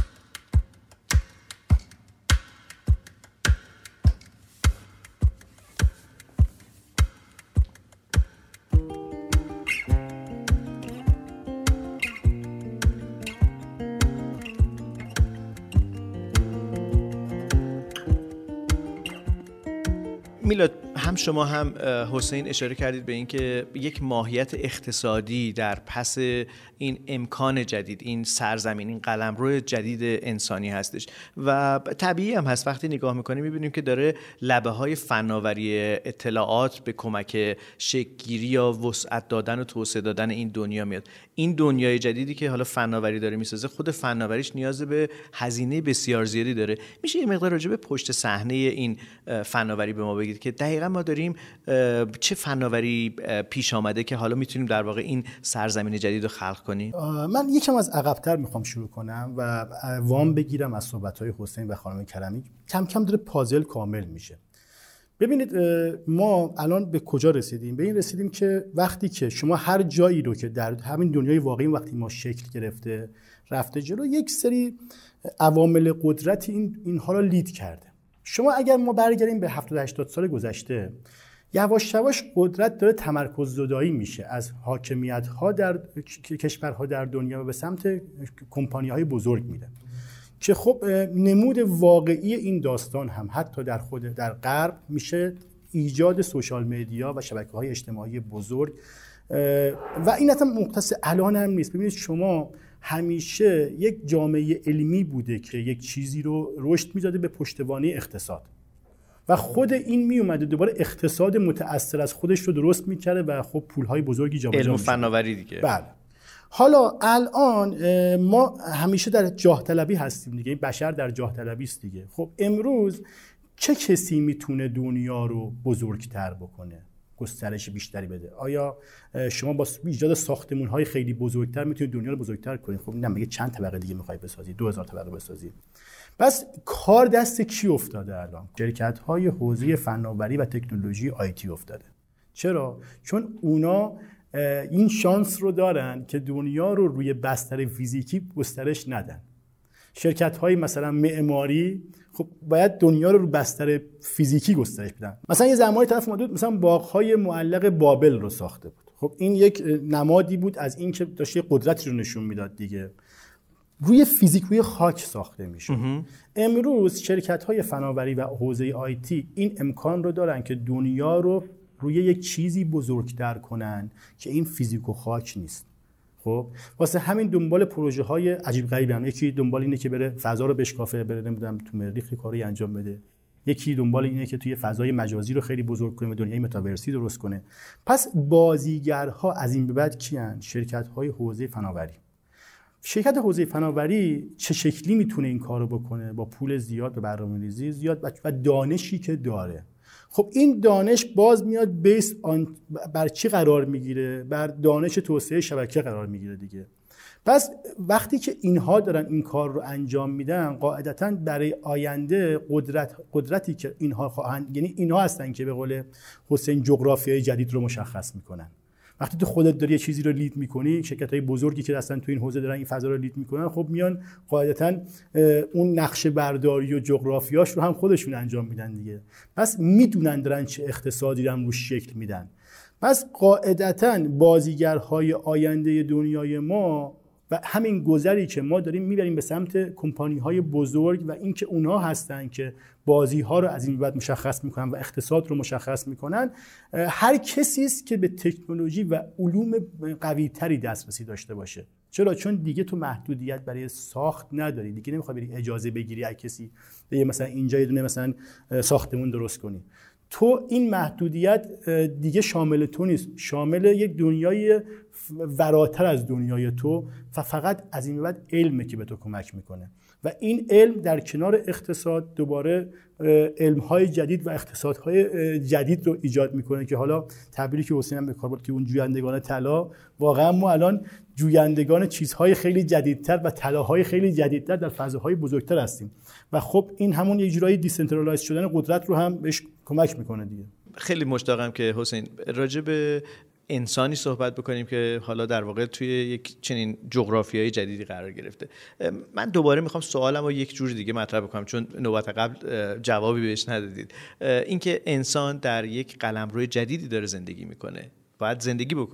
میلاد، هم شما هم حسین اشاره کردید به اینکه یک ماهیت اقتصادی در پس این امکان جدید، این سرزمین، این قلمرو جدید انسانی هستش و طبیعی هم هست. وقتی نگاه میکنیم میبینیم که داره لبه های فناوری اطلاعات به کمک شکل‌گیری یا وسعت دادن و توسعه دادن این دنیا میاد. این دنیای جدیدی که حالا فناوری داره میسازه، خود فناوریش نیاز به هزینه بسیار زیادی داره. میشه یه مقدار راجع به پشت صحنه این فناوری به ما بگید که دقیقاً ما داریم چه فناوری پیش آمده که حالا میتونیم در واقع این سرزمین جدید رو خلق کنیم؟ من یکم از عقب‌تر میخوام شروع کنم و وام بگیرم از صحبت‌های حسین و خانم کرمی. کم کم داره پازل کامل میشه. ببینید ما الان به کجا رسیدیم؟ به این رسیدیم که وقتی که شما هر جایی رو که در همین دنیای واقعی وقتی ما شکل گرفته رفته جلو، یک سری عوامل قدرتی این اینها رو لید کرده. شما اگر ما برگردیم به هفتاد هشتاد سال گذشته، یواش یواش قدرت داره تمرکز زدایی میشه از حاکمیت‌ها در کشورها در دنیا و به سمت کمپانی‌های بزرگ میره که خب نمود واقعی این داستان هم حتی در خود در غرب میشه ایجاد سوشال مدیا و شبکه‌های اجتماعی بزرگ و این اصلا مختص الان هم نیست. ببینید شما همیشه یک جامعه علمی بوده که یک چیزی رو رشد می‌داده به پشتوانه اقتصاد و خود این می اومده دوباره اقتصاد متأثر از خودش رو درست می‌کرده و خب پول‌های بزرگی جابجا می‌شه. علم و فناوری دیگه. بله. حالا الان ما همیشه در جاه طلبی هستیم دیگه، بشر در جاه طلبی است دیگه. خب امروز چه کسی میتونه دنیا رو بزرگتر بکنه، گسترش بیشتری بده؟ آیا شما با ایجاد ساختمان‌های خیلی بزرگتر میتونید دنیا رو بزرگتر کنید؟ خب نه، میگه چند طبقه دیگه میخوای بسازی، دو هزار طبقه بسازی. پس کار دست کی افتاده الان؟ شرکت‌های حوزه فناوری و تکنولوژی آیتی افتاده. چرا؟ چون اونا این شانس رو دارن که دنیا رو روی بستر فیزیکی گسترش ندن. شرکت‌های مثلا معماری خب باید دنیا رو رو بستر فیزیکی گسترش بدن. مثلا یه زمانی طرف اومد مثلا باغ‌های معلق بابل رو ساخته بود. خب این یک نمادی بود از این که داشت قدرتی رو نشون میداد دیگه. روی فیزیک، روی خاک ساخته میشه. امروز شرکت‌های فناوری و حوزه آیتی این امکان رو دارن که دنیا رو روی یک چیزی بزرگتر کنن که این فیزیک و خاک نیست. خب واسه همین دنبال پروژه های عجیب غریبی هم. یکی دنبال اینه که بره فضا رو بشکافه، بره نمیدونم تو مریخ کاری انجام بده. یکی دنبال اینه که توی فضای مجازی رو خیلی بزرگ کنه و دنیای متاورسی درست کنه. پس بازیگرها از این به بعد کیان؟ شرکت‌های حوزه فناوری. شرکت حوزه فناوری چه شکلی میتونه این کارو بکنه؟ با پول زیاد و برنامه‌ریزی زیاد و دانشی که داره. خب این دانش باز میاد بیس آن بر چی قرار میگیره؟ بر دانش توسعه شبکه قرار میگیره دیگه. پس وقتی که اینها دارن این کار رو انجام میدن، قاعدتاً برای آینده قدرت قدرتی که اینها خواهند، یعنی اینها هستن که به قول حسین جغرافیای جدید رو مشخص میکنن. وقتی تو خودت داری یه چیزی رو لید میکنی، شرکت‌های بزرگی که اصلا تو این حوزه دارن این فضا رو لید میکنن، خب میان قاعدتاً اون نقشه برداری و جغرافیاش رو هم خودشون انجام میدن دیگه. پس میدونن دارن چه اقتصادی رو روش شکل میدن. پس قاعدتاً بازیگرهای آینده دنیای ما و همین گذری که ما داریم میبریم به سمت کمپانی‌های بزرگ و اینکه اونها هستن که بازی‌ها رو از این بعد مشخص میکنن و اقتصاد رو مشخص میکنن. هر کسی است که به تکنولوژی و علوم قوی‌تری دسترسی داشته باشه. چرا؟ چون دیگه تو محدودیت برای ساخت نداری، دیگه نمیخوای بری اجازه بگیری از کسی به مثلا اینجا یه دونه مثلا ساختمون درست کنی. تو این محدودیت دیگه شامل تو نیست، شامل یک دنیای وراتر از دنیای تو و فقط از این بعد علمه که به تو کمک میکنه و این علم در کنار اقتصاد دوباره علم‌های جدید و اقتصادهای جدید رو ایجاد میکنه که حالا تعبیری که حسین هم به کار برد که اون جویندگان طلا، واقعا ما الان جویندگان چیزهای خیلی جدیدتر و طلاهای خیلی جدیدتر در فضاهای بزرگتر هستیم و خب این همون یه جورایی دیسنترالایز شدن قدرت رو هم بهش کمک میکنه دیگه. خیلی مشتاقم که حسین راجع به انسانی صحبت بکنیم که حالا در واقع توی یک چنین جغرافیای جدیدی قرار گرفته. من دوباره میخوام سوالم رو یک جور دیگه مطرح بکنم چون نوبت قبل جوابی بهش ندادید. اینکه انسان در یک قلمرو جدیدی داره زندگی میکنه، باید زندگی بکنه،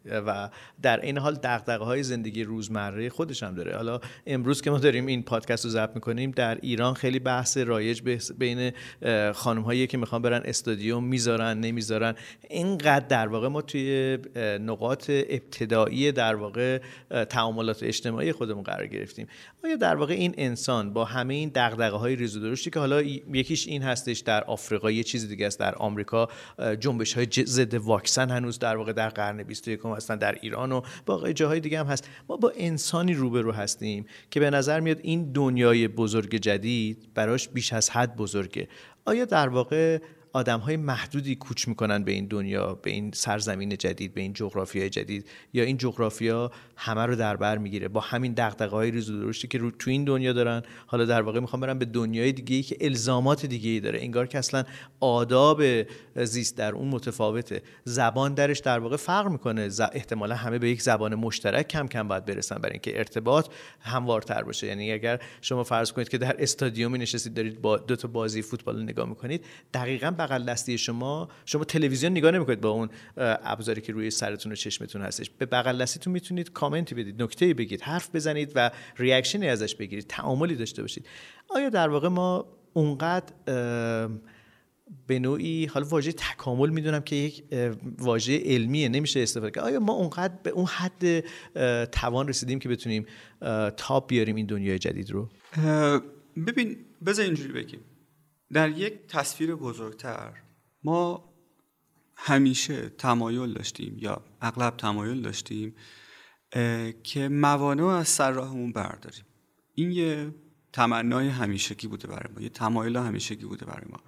و در این حال دغدغه‌های زندگی روزمره خودش هم داره. حالا امروز که ما داریم این پادکست رو ضبط می‌کنیم، در ایران خیلی بحث رایج بین خانم‌هایی که میخوان برن استادیوم میذارن نمیذارن. اینقدر در واقع ما توی نقاط ابتدایی در واقع تعاملات اجتماعی خودمون قرار گرفتیم. آیا در واقع این انسان با همه این دغدغه‌های ریز و درشتی که حالا یکیش این هستش در آفریقا، یه چیز دیگه است در آمریکا، جنبش‌های ضد واکسن هنوز در واقع در قرن بیست و یکم هستن، در ایران و باقی جاهای دیگه هم هست. ما با انسانی روبرو هستیم که به نظر میاد این دنیای بزرگ جدید براش بیش از حد بزرگه. آیا در واقع آدم‌های محدودی کوچ میکنن به این دنیا، به این سرزمین جدید، به این جغرافیای جدید، یا این جغرافیا همه رو در بر میگیره با همین دغدغه‌های ریز و درشتی که رو تو این دنیا دارن؟ حالا در واقع میخوام برم به دنیای دیگه‌ای که الزامات دیگه‌ای داره، انگار که اصلا آداب زیست در اون متفاوته، زبان درش در واقع فرق میکنه، احتمالاً همه به یک زبان مشترک کم کم باید برسن برای اینکه ارتباط هموارتر باشه. یعنی اگر شما فرض کنید که در استادیومی نشستید دارید با دو تا بازی فوتبال نگاه میکنید، دقیقاً بغل دستی شما شما تلویزیون نگاه نمیکنید با اون ابزاری که روی سرتون و چشمتون هستش، به بغل دستیتون میتونید کامنتی بدید، نکته‌ای بگید، حرف بزنید و ریاکشنی ازش بگیرید، تعاملی داشته باشید. آیا در واقع ما اونقدر به نوعی، حالا واژه تکامل میدونم که یک واژه علمیه نمیشه استفاده کرد، آیا ما اونقدر به اون حد توان رسیدیم که بتونیم تاب بیاریم این دنیای جدید رو؟ ببین بذار اینجوری بگیم، در یک تصویر بزرگتر ما همیشه تمایل داشتیم یا اغلب تمایل داشتیم که موانع از سر راهمون برداریم. این یه تمنای همیشگی بوده برای ما، یه تمایل همیشگی بوده برای ما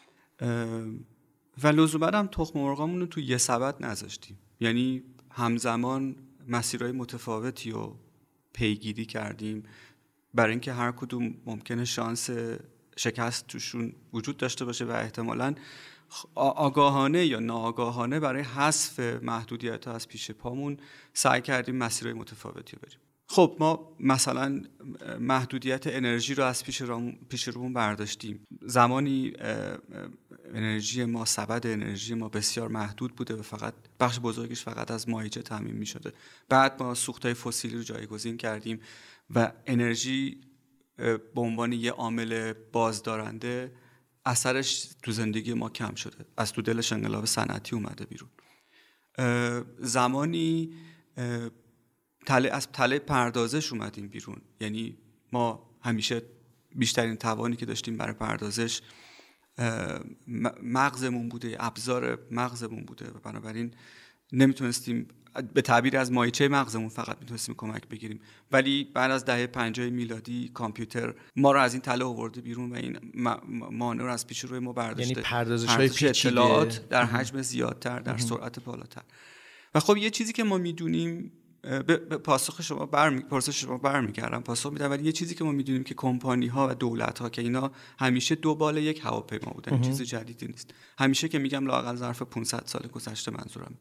و لزوما هم تخم مرغامون رو تو یه سبد نذاشتیم. یعنی همزمان مسیرهای متفاوتی رو پیگیری کردیم برای اینکه هر کدوم ممکنه شانس شکست توشون وجود داشته باشه و احتمالاً آگاهانه یا ناآگاهانه برای حذف محدودیت‌ها از پیش پامون سعی کردیم مسیرهای متفاوتی رو بریم. خب ما مثلا محدودیت انرژی رو از پیش رامون پیش رومون برداشتیم. زمانی انرژی ما، سبد انرژی ما بسیار محدود بوده و فقط بخش بزرگش فقط از مایچه تامین می‌شده. بعد ما سوخت‌های فسیلی رو جایگزین کردیم و انرژی به عنوان یه عامل بازدارنده اثرش تو زندگی ما کم شده، از تو دلش انقلاب صنعتی اومده بیرون. زمانی تله از تله پردازش اومدیم بیرون، یعنی ما همیشه بیشترین توانی که داشتیم برای پردازش مغزمون بوده، ابزار مغزمون بوده و بنابراین نمیتونستیم به تعبیر از مایچه مغزمون فقط میتونستیم کمک بگیریم. ولی بعد از دهه پنجاه میلادی کامپیوتر ما رو از این تله آورده بیرون و این مانع رو از پیش روی ما برداشته. یعنی پردازش‌های پیچیده اطلاعات در حجم زیادتر، در سرعت بالاتر. و خب یه چیزی که ما میدونیم، به پاسخ شما برمی پرسش شما برمیگردم پاسخ میدم، ولی یه چیزی که ما میدونیم که کمپانی ها و دولت ها که اینا همیشه دو بال یک هواپیما بودن، این چیز جدیدی نیست. همیشه که میگم لااقل ظرف پانصد سال گذشته منظورم،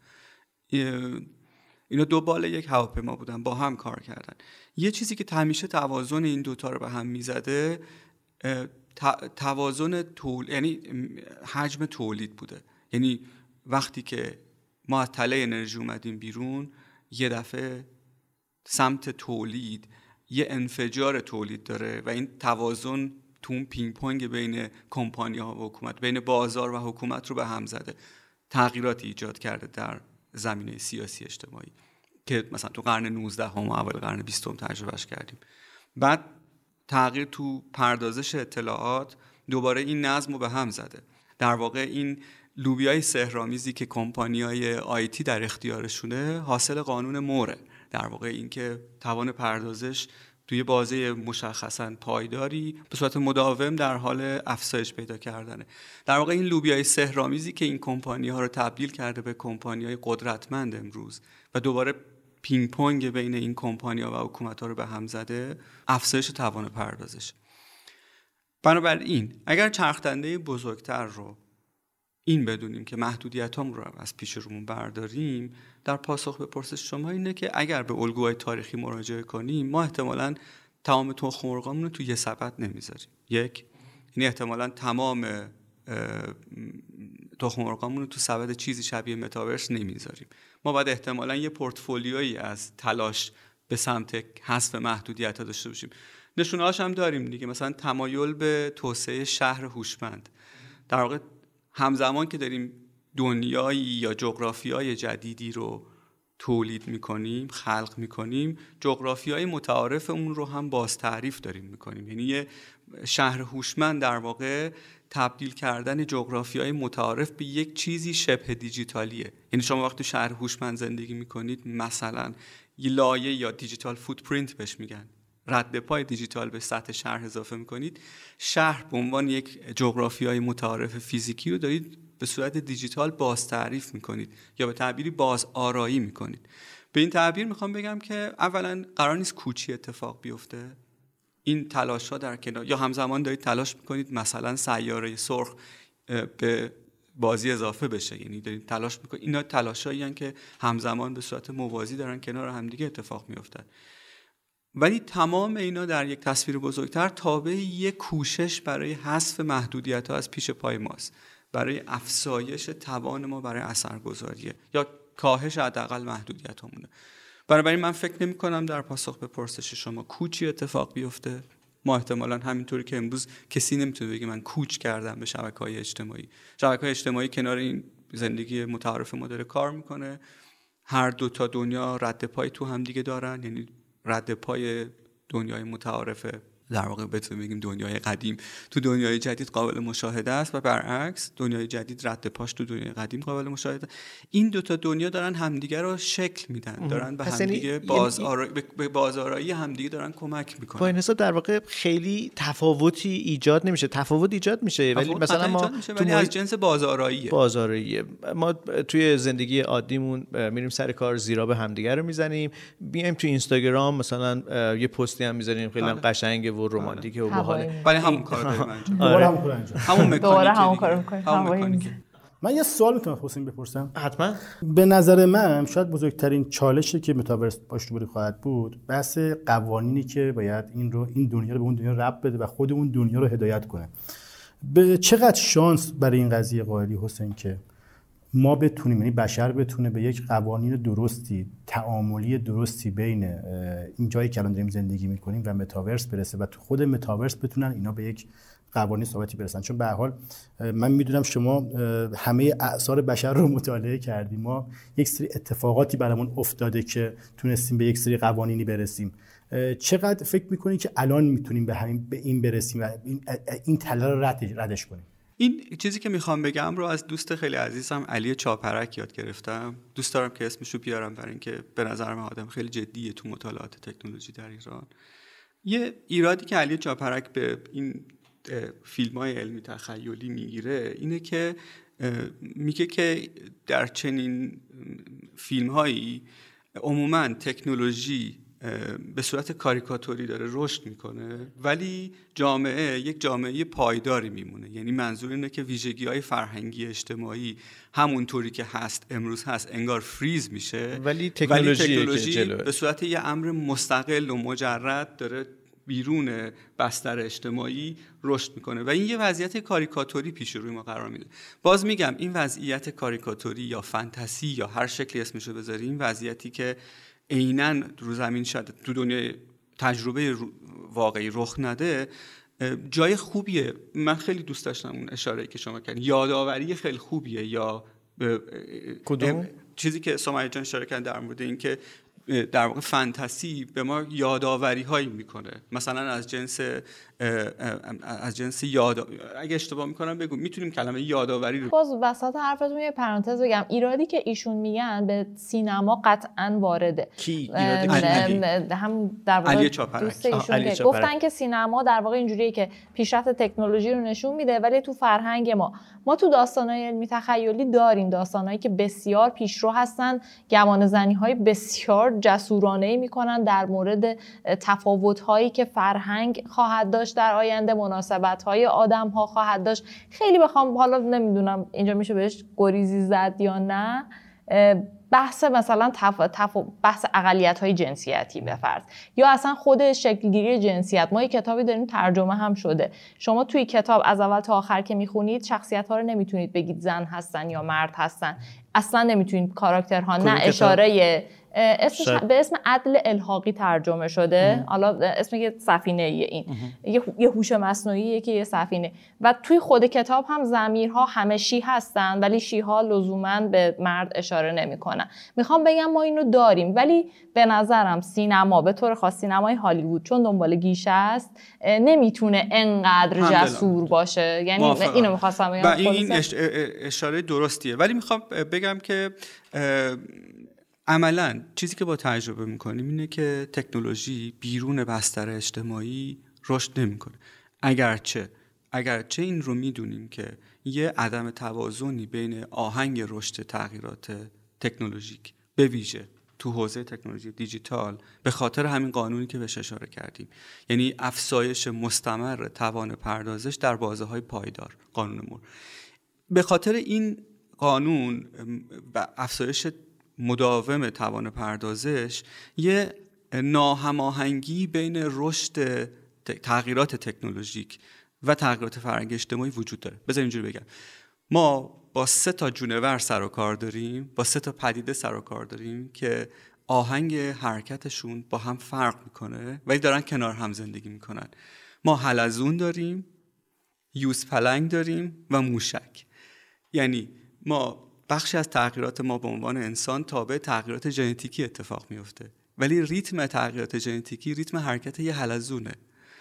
اینا دو بال یک هواپیما بودن، با هم کار کردن. یه چیزی که همیشه توازن این دوتا رو به هم میزده توازن تولید، یعنی حجم تولید بوده. یعنی وقتی که ما از تله انرژی اومدیم بیرون، یه دفعه سمت تولید یه انفجار تولید داره و این توازن تو اون پینگ پونگ بین کمپانی ها و حکومت، بین بازار و حکومت رو به هم زده، تغییراتی ایجاد کرده در زمینه سیاسی اجتماعی که مثلا تو قرن نوزدهم و اول قرن بیستم تجربهش کردیم. بعد تغییر تو پردازش اطلاعات دوباره این نظم رو به هم زده. در واقع این لوبیای سحرآمیزی که کمپانی‌های آیتی در اختیارشونه حاصل قانون موره. در واقع این که توان پردازش توی بازه مشخصاً پایداری به صورت مداوم در حال افزایش پیدا کردنه. در واقع این لوبیای سحرآمیزی که این کمپانی‌ها رو تبدیل کرده به کمپانی‌های قدرتمند امروز و دوباره پینگ پونگ بین این کمپانی‌ها و حکومت‌ها رو به هم زده، افزایش توان پردازش. بنابراین اگر چرخ‌دنده بزرگتر رو این بدونیم که محدودیتام رو از پیش رومون برداریم، در پاسخ به پرسش شما اینه که اگر به الگوهای تاریخی مراجعه کنیم، ما احتمالاً تمام تخم مرغامون رو توی یه سبد نمیذاریم. یک، یعنی احتمالاً تمام تخم مرغامون رو تو سبد چیزی شبیه متاورس نمیذاریم. ما باید احتمالاً یه پورتفولیویی از تلاش به سمت حذف محدودیت‌ها داشته باشیم. نشونه‌هاش هم داریم دیگه، مثلا تمایل به توسعه شهر هوشمند. در واقع همزمان که داریم دنیایی یا جغرافیای جدیدی رو تولید میکنیم، خلق میکنیم، جغرافیای متعارف اون رو هم باز تعریف داریم میکنیم. یعنی یه شهر هوشمند در واقع تبدیل کردن جغرافیای متعارف به یک چیزی شبه دیجیتالیه. یعنی شما وقتی شهر هوشمند زندگی میکنید، مثلا یه لایه یا دیجیتال فوتپرینت بهش میگن، رد پای دیجیتال به سطح شهر اضافه میکنید، شهر به عنوان یک جغرافیای متعارف فیزیکی رو دارید به صورت دیجیتال باز تعریف میکنید یا به تعبیری باز آرایی میکنید. به این تعبیر میخوام بگم که اولا قرار نیست کوچی اتفاق بیفته. این تلاش ها در کنار یا همزمان دارید تلاش میکنید مثلا سیاره سرخ به بازی اضافه بشه، یعنی دارید تلاش میکنید. اینا تلاشایی هستند که همزمان به صورت موازی دارن کنار همدیگه اتفاق میافتن. ولی تمام اینا در یک تصویر بزرگتر تابع یک کوشش برای حذف محدودیت‌ها از پیش پای ماست، برای افزایش توان ما برای اثرگذاریه یا کاهش حداقل محدودیت‌هامونه. بنابراین من فکر نمی‌کنم در پاسخ به پرسش شما کوچی اتفاق بیفته. ما احتمالاً همینطوری که امروز کسی نمیتونه بگه من کوچ کردم به شبکه‌های اجتماعی. شبکه‌های اجتماعی کنار این زندگی متعارف ما داره کار میکنه. هر دو تا دنیا رد پای تو هم دیگه دارن، یعنی رد پای دنیای متعارفه در واقع بتونیم بگیم دنیای قدیم تو دنیای جدید قابل مشاهده است و برعکس دنیای جدید رد پاش تو دنیای قدیم قابل مشاهده. این دوتا دنیا دارن همدیگه رو شکل میدن، دارن به همدیگه باز آرا... به بازآرایی همدیگه دارن کمک میکنن. با این حساب در واقع خیلی تفاوتی ایجاد نمیشه. تفاوت ایجاد میشه ولی مثلا ما تو ولی از جنس بازآراییه. بازآراییه. ما توی زندگی عادیمون میریم سر کار زیرا به همدیگه رو میزنیم، بیایم تو اینستاگرام مثلا یه پستی هم میذاریم خیلی قشنگه و رمانتیکه و باحاله، ولی همون کارو داریم انجام. دوباره همون کارو انجام. همون دوباره همون مکانیکه. کارو میکنیم. من یه سوال میتونم حسین بپرسم؟ حتما. به نظر من شاید بزرگترین چالشی که متاورس باش روبرو خواهد بود بحث قوانینی که باید این رو این دنیا رو به اون دنیا ربط بده و خود اون دنیا رو هدایت کنه. به چقدر شانس برای این قضیه قائلی حسین که ما بتونیم، یعنی بشر بتونه به یک قوانین درستی، تعاملی درستی بین این جایی که الان داریم زندگی میکنیم و متاورس برسه و تو خود متاورس بتونن اینا به یک قوانین ثابتی برسن؟ چون به هر حال من میدونم شما همه اعصار بشر رو مطالعه کردیم، ما یک سری اتفاقاتی برامون افتاده که تونستیم به یک سری قوانینی برسیم. چقدر فکر میکنی که الان میتونیم به همین به این برسیم و این این تله رو ردش کنیم؟ این چیزی که میخوام بگم رو از دوست خیلی عزیزم علی چاپرک یاد گرفتم. دوست دارم که اسمش رو بیارم برای اینکه به نظر من آدم خیلی جدیه تو مطالعات تکنولوژی در ایران. یه ایرادی که علی چاپرک به این فیلم‌های علمی تخیلی میگیره اینه که میگه که در چنین فیلم‌هایی عموماً تکنولوژی به صورت کاریکاتوری داره رشد میکنه ولی جامعه یک جامعه پایداری میمونه. یعنی منظور اینه که ویژگی‌های فرهنگی اجتماعی همونطوری که هست امروز هست انگار فریز میشه، ولی تکنولوژی, ولی تکنولوژی به صورت یه امر مستقل و مجرد داره بیرون بستر اجتماعی رشد میکنه و این یه وضعیت کاریکاتوری پیش روی ما قرار میده. باز میگم این وضعیت کاریکاتوری یا فانتزی یا هر شکلی اسمشو بذاریم، وضعیتی که عیناً رو زمین شده تو دنیای تجربه واقعی رخ نده، جای خوبیه. من خیلی دوست داشتم اون اشاره‌ای که شما کردین، یادآوری خیلی خوبیه. یا کدوم چیزی که سمیه جان اشاره کردن در مورد این که در واقع فانتزی به ما یادآوری هایی میکنه، مثلا از جنس از جنس یاد، اگه اشتباه میکنم بگو، میتونیم کلمه یادآوری رو باز وسط حرفتون یه پرانتز بگم. ایرادی که ایشون میگن به سینما قطعا وارده. کی ایرادی؟ هم در واقع دوست ایشون که گفتن که سینما در واقع اینجوریه که پیشرفت تکنولوژی رو نشون میده ولی تو فرهنگ ما ما تو داستان‌های علمی تخیلی داریم داستان‌هایی که بسیار پیشرو هستن، گمانه‌زنی‌های بسیار جسورانه‌ای میکنن در مورد تفاوت‌هایی که فرهنگ خواهد داشت در آینده، مناسبت‌های آدم‌ها خواهد داشت. خیلی بخوام حالا نمیدونم اینجا میشه بهش گریزی زد یا نه، بحث مثلا تف... تف... بحث اقلیت‌های جنسیتی بفرض، یا اصلا خود شکلگیری جنسیت. ما یک کتابی داریم ترجمه هم شده، شما توی کتاب از اول تا آخر که میخونید شخصیت‌ها رو نمیتونید بگید زن هستن یا مرد هستن، اصلا نمیتونید کاراکترها، نه اشاره اسمش شاید. به اسم عدل الحاقی ترجمه شده، حالا اسم یه سفینه این یه یه هوش مصنوعیه که یه سفینه، و توی خود کتاب هم ضمیرها همه شی هستن ولی شیها لزوما به مرد اشاره نمیکنن. میخوام بگم ما اینو داریم، ولی به نظرم سینما به طور خاص سینمای هالیوود چون دنبال گیشه است نمیتونه انقدر جسور باشه. یعنی موافقه. اینو میخواستم بگم. و این اشاره درستیه، ولی میخوام بگم که عملاً چیزی که با تجربه میکنیم اینه که تکنولوژی بیرون بستر اجتماعی رشد نمیکنه. اگرچه اگرچه این رو میدونیم که یه عدم توازنی بین آهنگ رشد تغییرات تکنولوژیک به ویژه تو حوزه تکنولوژی دیجیتال به خاطر همین قانونی که بهش اشاره کردیم، یعنی افزایش مستمر توان پردازش در بازه‌های پایدار، قانون مور، به خاطر این قانون و افزایش مداوم توان پردازش یه ناهماهنگی بین رشد تغییرات تکنولوژیک و تغییرات فرهنگی اجتماعی وجود داره. بذار اینجوری بگم، ما با سه تا جونور سر و کار داریم، با سه تا پدیده سر و کار داریم که آهنگ حرکتشون با هم فرق میکنه ولی دارن کنار هم زندگی میکنن. ما حلزون داریم، یوزپلنگ داریم و موشک. یعنی ما بخشی از تغییرات ما به عنوان انسان تابع تغییرات ژنتیکی اتفاق میفته، ولی ریتم تغییرات ژنتیکی ریتم حرکت یه حلزونه.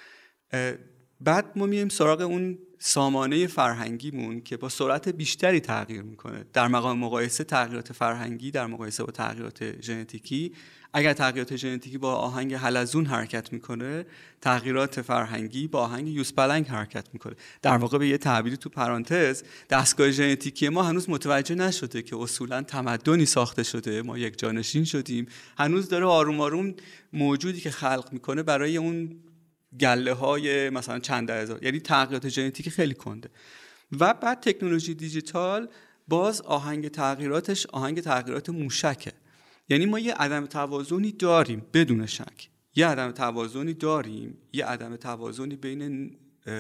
بعد ما میایم سراغ اون سامانه فرهنگیمون که با سرعت بیشتری تغییر میکنه. در مقام مقایسه تغییرات فرهنگی در مقایسه با تغییرات ژنتیکی، اگر تغییرات ژنتیکی با آهنگ حلزون حرکت میکنه، تغییرات فرهنگی با آهنگ یوزپلنگ حرکت میکنه. در واقع به یه تعبیری تو پرانتز، دستگاه ژنتیکی ما هنوز متوجه نشده که اصولا تمدنی ساخته شده، ما یک جانشین شدیم، هنوز داره آروم آروم موجودی که خلق میکنه برای اون گله های مثلا چند هزار، یعنی تغییرات ژنتیکی خیلی کنده. و بعد تکنولوژی دیجیتال باز آهنگ تغییراتش آهنگ تغییرات موشکه. یعنی ما یه عدم توازنی داریم بدون شک، یه عدم توازنی داریم یه عدم توازنی بین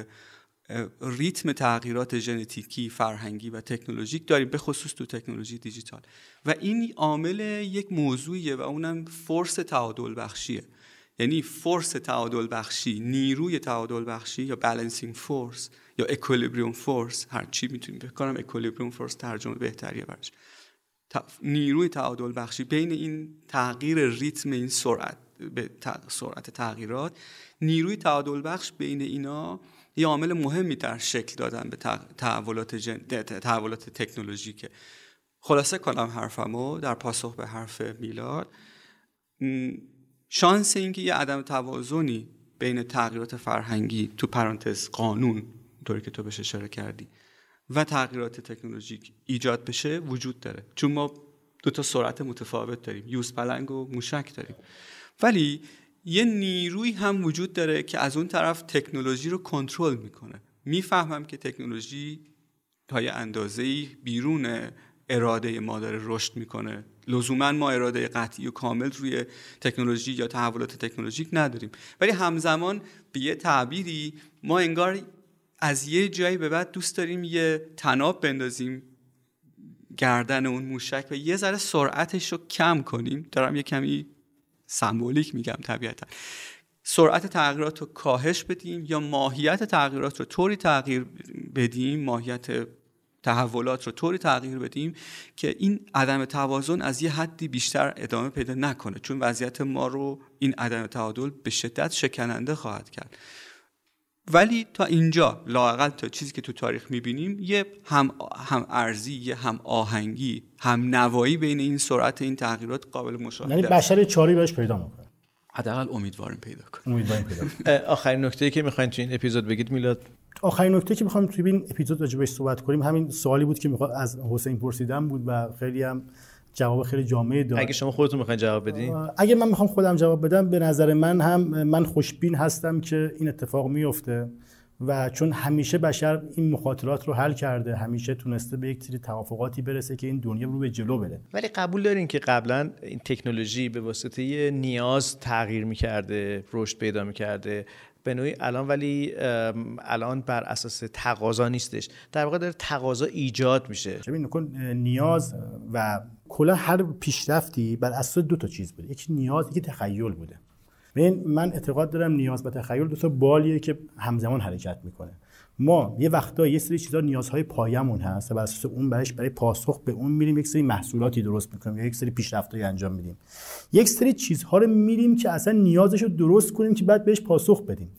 ریتم تغییرات ژنتیکی، فرهنگی و تکنولوژیک داریم، به خصوص تو تکنولوژی دیجیتال. و این عامل یک موضوعیه و اونم فورس تعادل بخشیه. یعنی فورس تعادل بخشی، نیروی تعادل بخشی یا بالانسینگ فورس یا اکویلیبریوم فورس، هر چی میتونیم بکنم اکویلیبریوم فورس ترجمه بهتریه براش. نیروی تعادل بخشی بین این تغییر ریتم، این سرعت به سرعت تغییرات، نیروی تعادل بخش بین اینا یه عامل مهمی در شکل دادن به تحولات جن... تحولات تکنولوژیکه. خلاصه کنم حرفمو در پاسخ به حرف میلاد، شانس اینکه یه عدم توازنی بین تغییرات فرهنگی تو پرانتز قانون طوری که تو بهش اشاره کردی و تغییرات تکنولوژیک ایجاد بشه وجود داره، چون ما دو تا سرعت متفاوت داریم، یوزپلنگ و موشک داریم. ولی یه نیروی هم وجود داره که از اون طرف تکنولوژی رو کنترل میکنه. میفهمم که تکنولوژی تا یه اندازه‌ای بیرون اراده ما داره رشد میکنه، لزوما ما اراده قطعی و کامل روی تکنولوژی یا تحولات تکنولوژیک نداریم، ولی همزمان به یه تعبیری ما انگار از یه جایی به بعد دوست داریم یه تناب بندازیم گردن اون موشک و یه ذره سرعتش رو کم کنیم. دارم یه کمی سمبولیک میگم، طبیعتا سرعت تغییرات رو کاهش بدیم یا ماهیت تغییرات رو طوری تغییر بدیم، ماهیت تحولات رو طوری تغییر بدیم که این عدم توازن از یه حدی بیشتر ادامه پیدا نکنه، چون وضعیت ما رو این عدم تعادل به شدت شکننده خواهد کرد. ولی تا اینجا لااقل تا چیزی که تو تاریخ میبینیم یه هم هم ارزی، یه هم آهنگی، هم نوایی بین این سرعت این تغییرات قابل مشاهده است. یعنی بشر چاری بهش پیدا میکنه. حداقل امیدواریم پیدا کنیم. امیدواریم پیدا. آخرین نکته‌ای که میخواین تو این اپیزود بگید میلاد؟ آخرین نکته که میخوام توی این اپیزود راجع بهش صحبت کنیم همین سوالی بود که میخواد از حسین پرسیدم بود و خیلی هم جواب خیلی جامعی داد. اگه شما خودتون میخواین جواب بدین؟ اگه من میخوام خودم جواب بدم، به نظر من هم من خوشبین هستم که این اتفاق میفته و چون همیشه بشر این مخاطرات رو حل کرده، همیشه تونسته به یک سری توافقاتی برسه که این دنیا رو به جلو بره. ولی قبول دارین که قبلا این تکنولوژی به واسطه نیاز تغییر می‌کرده، رشد پیدا می‌کرده، به نوعی الان ولی الان بر اساس تقاضا نیستش، در واقع داره تقاضا ایجاد میشه. ببین نکن نیاز و کلا هر پیشرفتی بر اساس دو تا چیز بوده، یکی نیاز، یکی تخیل بوده. ببین من اعتقاد دارم نیاز و تخیل دو تا بالیه که همزمان حرکت میکنه. ما یه وقتا یه سری چیزا نیازهای پایه‌مون هست و بر اساس اون برش برای پاسخ به اون میریم یک سری محصولاتی درست میکنیم یا یک سری پیشرفتایی انجام میدیم. یک سری چیزها رو میریم که اصلا نیازش رو درست کنیم که بعد بهش پاسخ بدیم.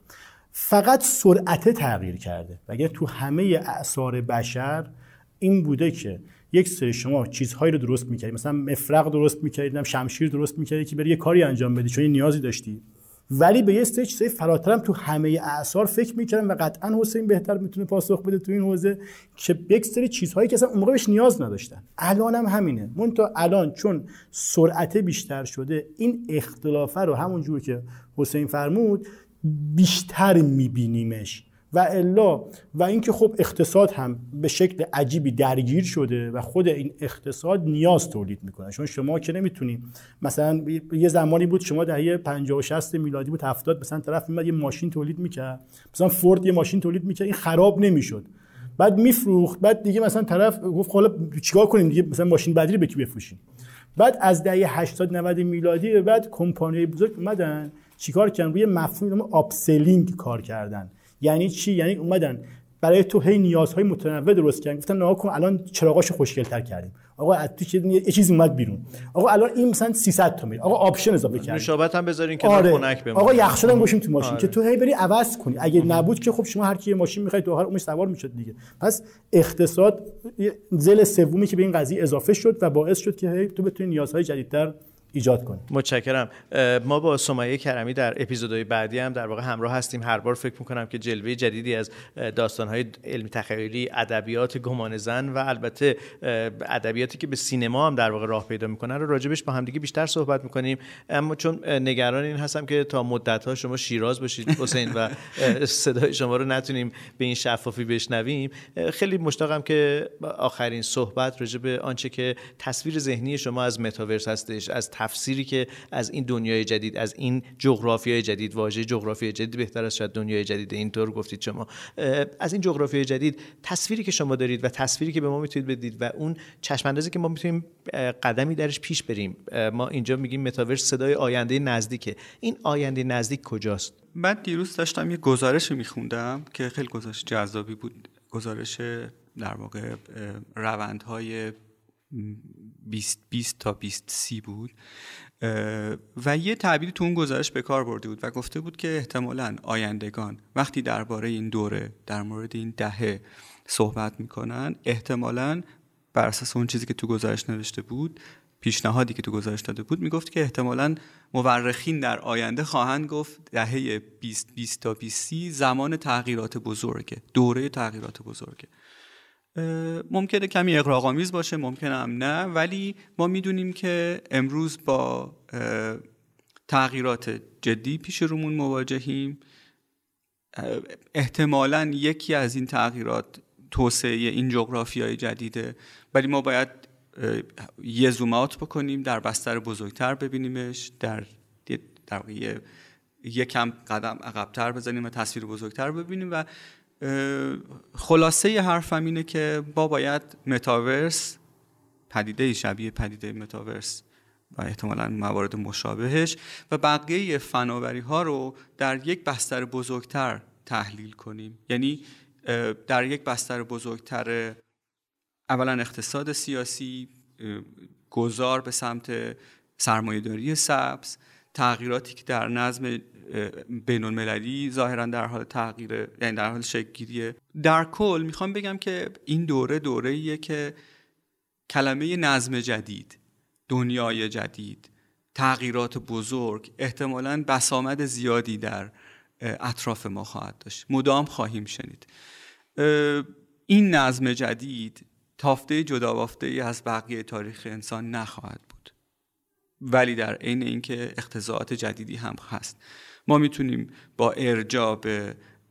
فقط سرعت تغییر کرده. و اگه تو همه اعصار بشر این بوده که یک سری شما چیزهایی رو درست می‌کردید، مثلا مفرق درست می‌کردید، شمشیر درست می‌کردید که بری یه کاری انجام بدی چون نیازی داشتی، ولی به یه سری چیزای فراتر هم تو همه اعصار فکر می‌کردن و قطعاً حسین بهتر میتونه پاسخ بده تو این حوزه که یک سری چیزهایی که اصلا اون موقع بهش نیاز نداشتن. الان هم همینه. منتها الان چون سرعت بیشتر شده، این اختلافه رو همون جور که حسین فرمود بیشتر می‌بینیمش. و الا و اینکه خب اقتصاد هم به شکل عجیبی درگیر شده و خود این اقتصاد نیاز تولید میکنه. چون شما که نمیتونی مثلا یه زمانی بود شما دهه پنجاه و شصت میلادی بود هفتاد مثلا طرف میاد یه ماشین تولید میکرد، مثلا فورد یه ماشین تولید میکرد، این خراب نمیشد، بعد میفروخت، بعد دیگه مثلا طرف گفت حالا چیکار کنیم دیگه، مثلا ماشین بعدی رو به کی بفروشیم. بعد از دهه هشتاد نود میلادی به بعد کمپانی‌های بزرگ اومدن چیکار کردن، روی مفهوم نام آپسلینگ کار کردن. یعنی چی؟ یعنی اومدن برای تو هی نیازهای متنوع درست کردن، گفتن نگاه کن الان چراغاشو خوشگل‌تر کردیم، آقا از تو یه چیزی اومد بیرون، آقا الان این مثلا سیصد تا میره، آقا آپشن اضافه کردیم، نوشابت هم بذارین که آره. خنک بمونه، آقا یخچال هم گوشیم تو ماشین آره. که تو هی بری عوض کنی. اگه نبود که خب شما هر کی یه ماشین می‌خواید تو آخر اونش سوار می‌شد دیگه. پس اقتصاد ذیل سومی که به این قضیه اضافه شد و باعث شد که هی تو بتونی نیازهای جدیدتر ایجاد کنیم. متشکرم. ما با سمیه کرمی در اپیزودهای بعدی هم در واقع همراه هستیم. هر بار فکر می‌کنم که جلوه جدیدی از داستان‌های علمی تخیلی، ادبیات گمانه‌زن و البته ادبیاتی که به سینما هم در واقع راه پیدا می‌کنه رو راجبش با هم دیگه بیشتر صحبت می‌کنیم. اما چون نگران این هستم که تا مدت‌ها شما شیراز باشید حسین و صدای شما رو نتونیم به این شفافی بشنویم، خیلی مشتاقم که آخرین صحبت راجب آنچه که تصویر ذهنی شما از متاورس هستش، از تفسیری که از این دنیای جدید، از این جغرافیای جدید، واژه جغرافیای جدید بهتر از شاید دنیای جدید اینطور گفتید شما، از این جغرافیای جدید تصویری که شما دارید و تصویری که به ما میتونید بدید و اون چشم اندازی که ما میتونیم قدمی درش پیش بریم. ما اینجا میگیم متاورس صدای آینده نزدیکه. این آینده نزدیک کجاست؟ من دیروز داشتم یه گزارش میخوندم که خیلی گزارش جذابی بود. گزارش در واقع روندهای بیست بیست تا بیست سی بود و یه تعبیری تو اون گزارش به کار برده بود و گفته بود که احتمالاً آیندگان وقتی درباره این دوره، در مورد این دهه صحبت میکنن، احتمالاً بر اساس اون چیزی که تو گزارش نوشته بود، پیشنهادی که تو گزارش داده بود، میگفت که احتمالاً مورخین در آینده خواهند گفت دهه بیست بیست تا بیست سی زمان تغییرات بزرگه، دوره تغییرات بزرگه. ممکنه کمی اغراق‌آمیز باشه، ممکنه هم نه، ولی ما میدونیم که امروز با تغییرات جدی پیش رومون مواجهیم. احتمالاً یکی از این تغییرات توسعه این جغرافیای جدیده، ولی ما باید یه زوم اوت بکنیم، در بستر بزرگتر ببینیمش، در در یکم قدم عقب‌تر بزنیم و تصویر بزرگتر ببینیم. و خلاصه حرفم اینه که با باید متاورس، پدیده شبیه پدیده متاورس و احتمالاً موارد مشابهش و بقیه فناوری ها رو در یک بستر بزرگتر تحلیل کنیم. یعنی در یک بستر بزرگتر اولا اقتصاد سیاسی، گذار به سمت سرمایه‌داری سبز، تغییراتی که در نظم بین المللی ظاهراً در حال تغییر، یعنی در حال شکل گیریه. در کل میخوام بگم که این دوره دوره‌ایه که کلمه نظم جدید، دنیای جدید، تغییرات بزرگ احتمالاً بسامد زیادی در اطراف ما خواهد داشت، مدام خواهیم شنید. این نظم جدید تافته جدا بافته‌ای از بقیه تاریخ انسان نخواهد بود، ولی در عین اینکه اختزاعات جدیدی هم هست. ما میتونیم با ارجاع به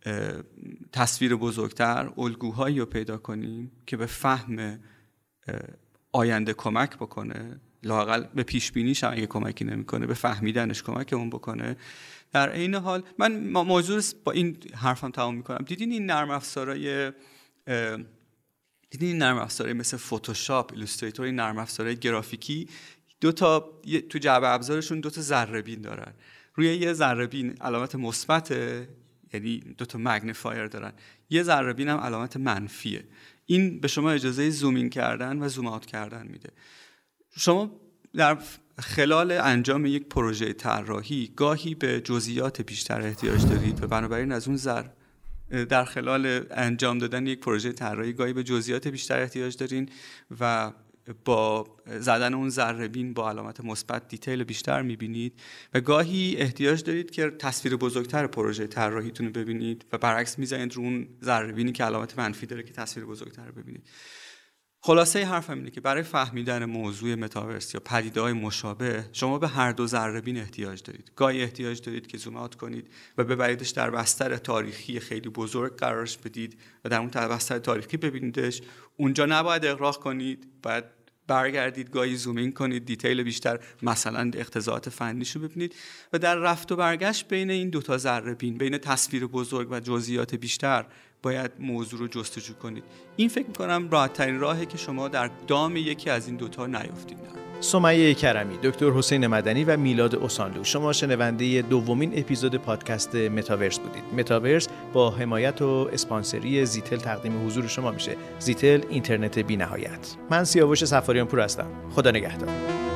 تصویر بزرگتر، الگوهایی رو پیدا کنیم که به فهم آینده کمک بکنه، لااقل به پیش بینیش هم اگه کمکی نمیکنه به فهمیدنش کمکمون بکنه. در این حال من موضوع با این حرفم تمام میکنم. دیدین این نرم افزارهای دیدین این نرم افزارهای مثل فتوشاپ، ایلوستریتور، این نرم افزارهای گرافیکی دو تا تو جعبه ابزارشون دو تا ذره بین دارن. روی یه ذره بین علامت مثبته، یعنی دو تا مگنیفایر دارن، یه ذره بین هم علامت منفیه. این به شما اجازه زومین کردن و زوم اوت کردن میده. شما در خلال انجام یک پروژه طراحی گاهی به جزئیات بیشتر احتیاج دارید و بنابراین از اون ذر در خلال انجام دادن یک پروژه طراحی گاهی به جزئیات بیشتر احتیاج دارین و با زدن اون ذره بین با علامت مثبت دیتیل بیشتر میبینید و گاهی احتیاج دارید که تصویر بزرگتر پروژه طراحیتون رو ببینید و برعکس میزنید رو اون ذره بینی که علامت منفی داره که تصویر بزرگتر رو ببینید. خلاصه حرفم اینه که برای فهمیدن موضوع متاورس یا پدیده‌های مشابه شما به هر دو ذره بین احتیاج دارید. گاهی احتیاج دارید که زوم اوت کنید و ببریدش در بستر تاریخی خیلی بزرگ قرارش بدید و در اون بستر تاریخی ببینیدش. اونجا نباید اغراق کنید، باید برگردید، گاهی زومین کنید، دیتیل بیشتر مثلا اقتضاعات فنیشو ببینید و در رفت و برگشت بین این دو تا ذره بین، بین تصویر بزرگ و جزئیات بیشتر باید موضوع رو جستجو کنید. این فکر می‌کنم راحت‌ترین راهه که شما در دام یکی از این دوتا نیافتید. سمیه کرمی، دکتر حسین مدنی و میلاد اوسانلو، شما شنونده دومین اپیزود پادکست متاورس بودید. متاورس با حمایت و اسپانسری زیتل تقدیم حضور شما میشه. زیتل، اینترنت بی‌نهایت. من سیاوش سفاریان پور هستم. خدا نگهدار.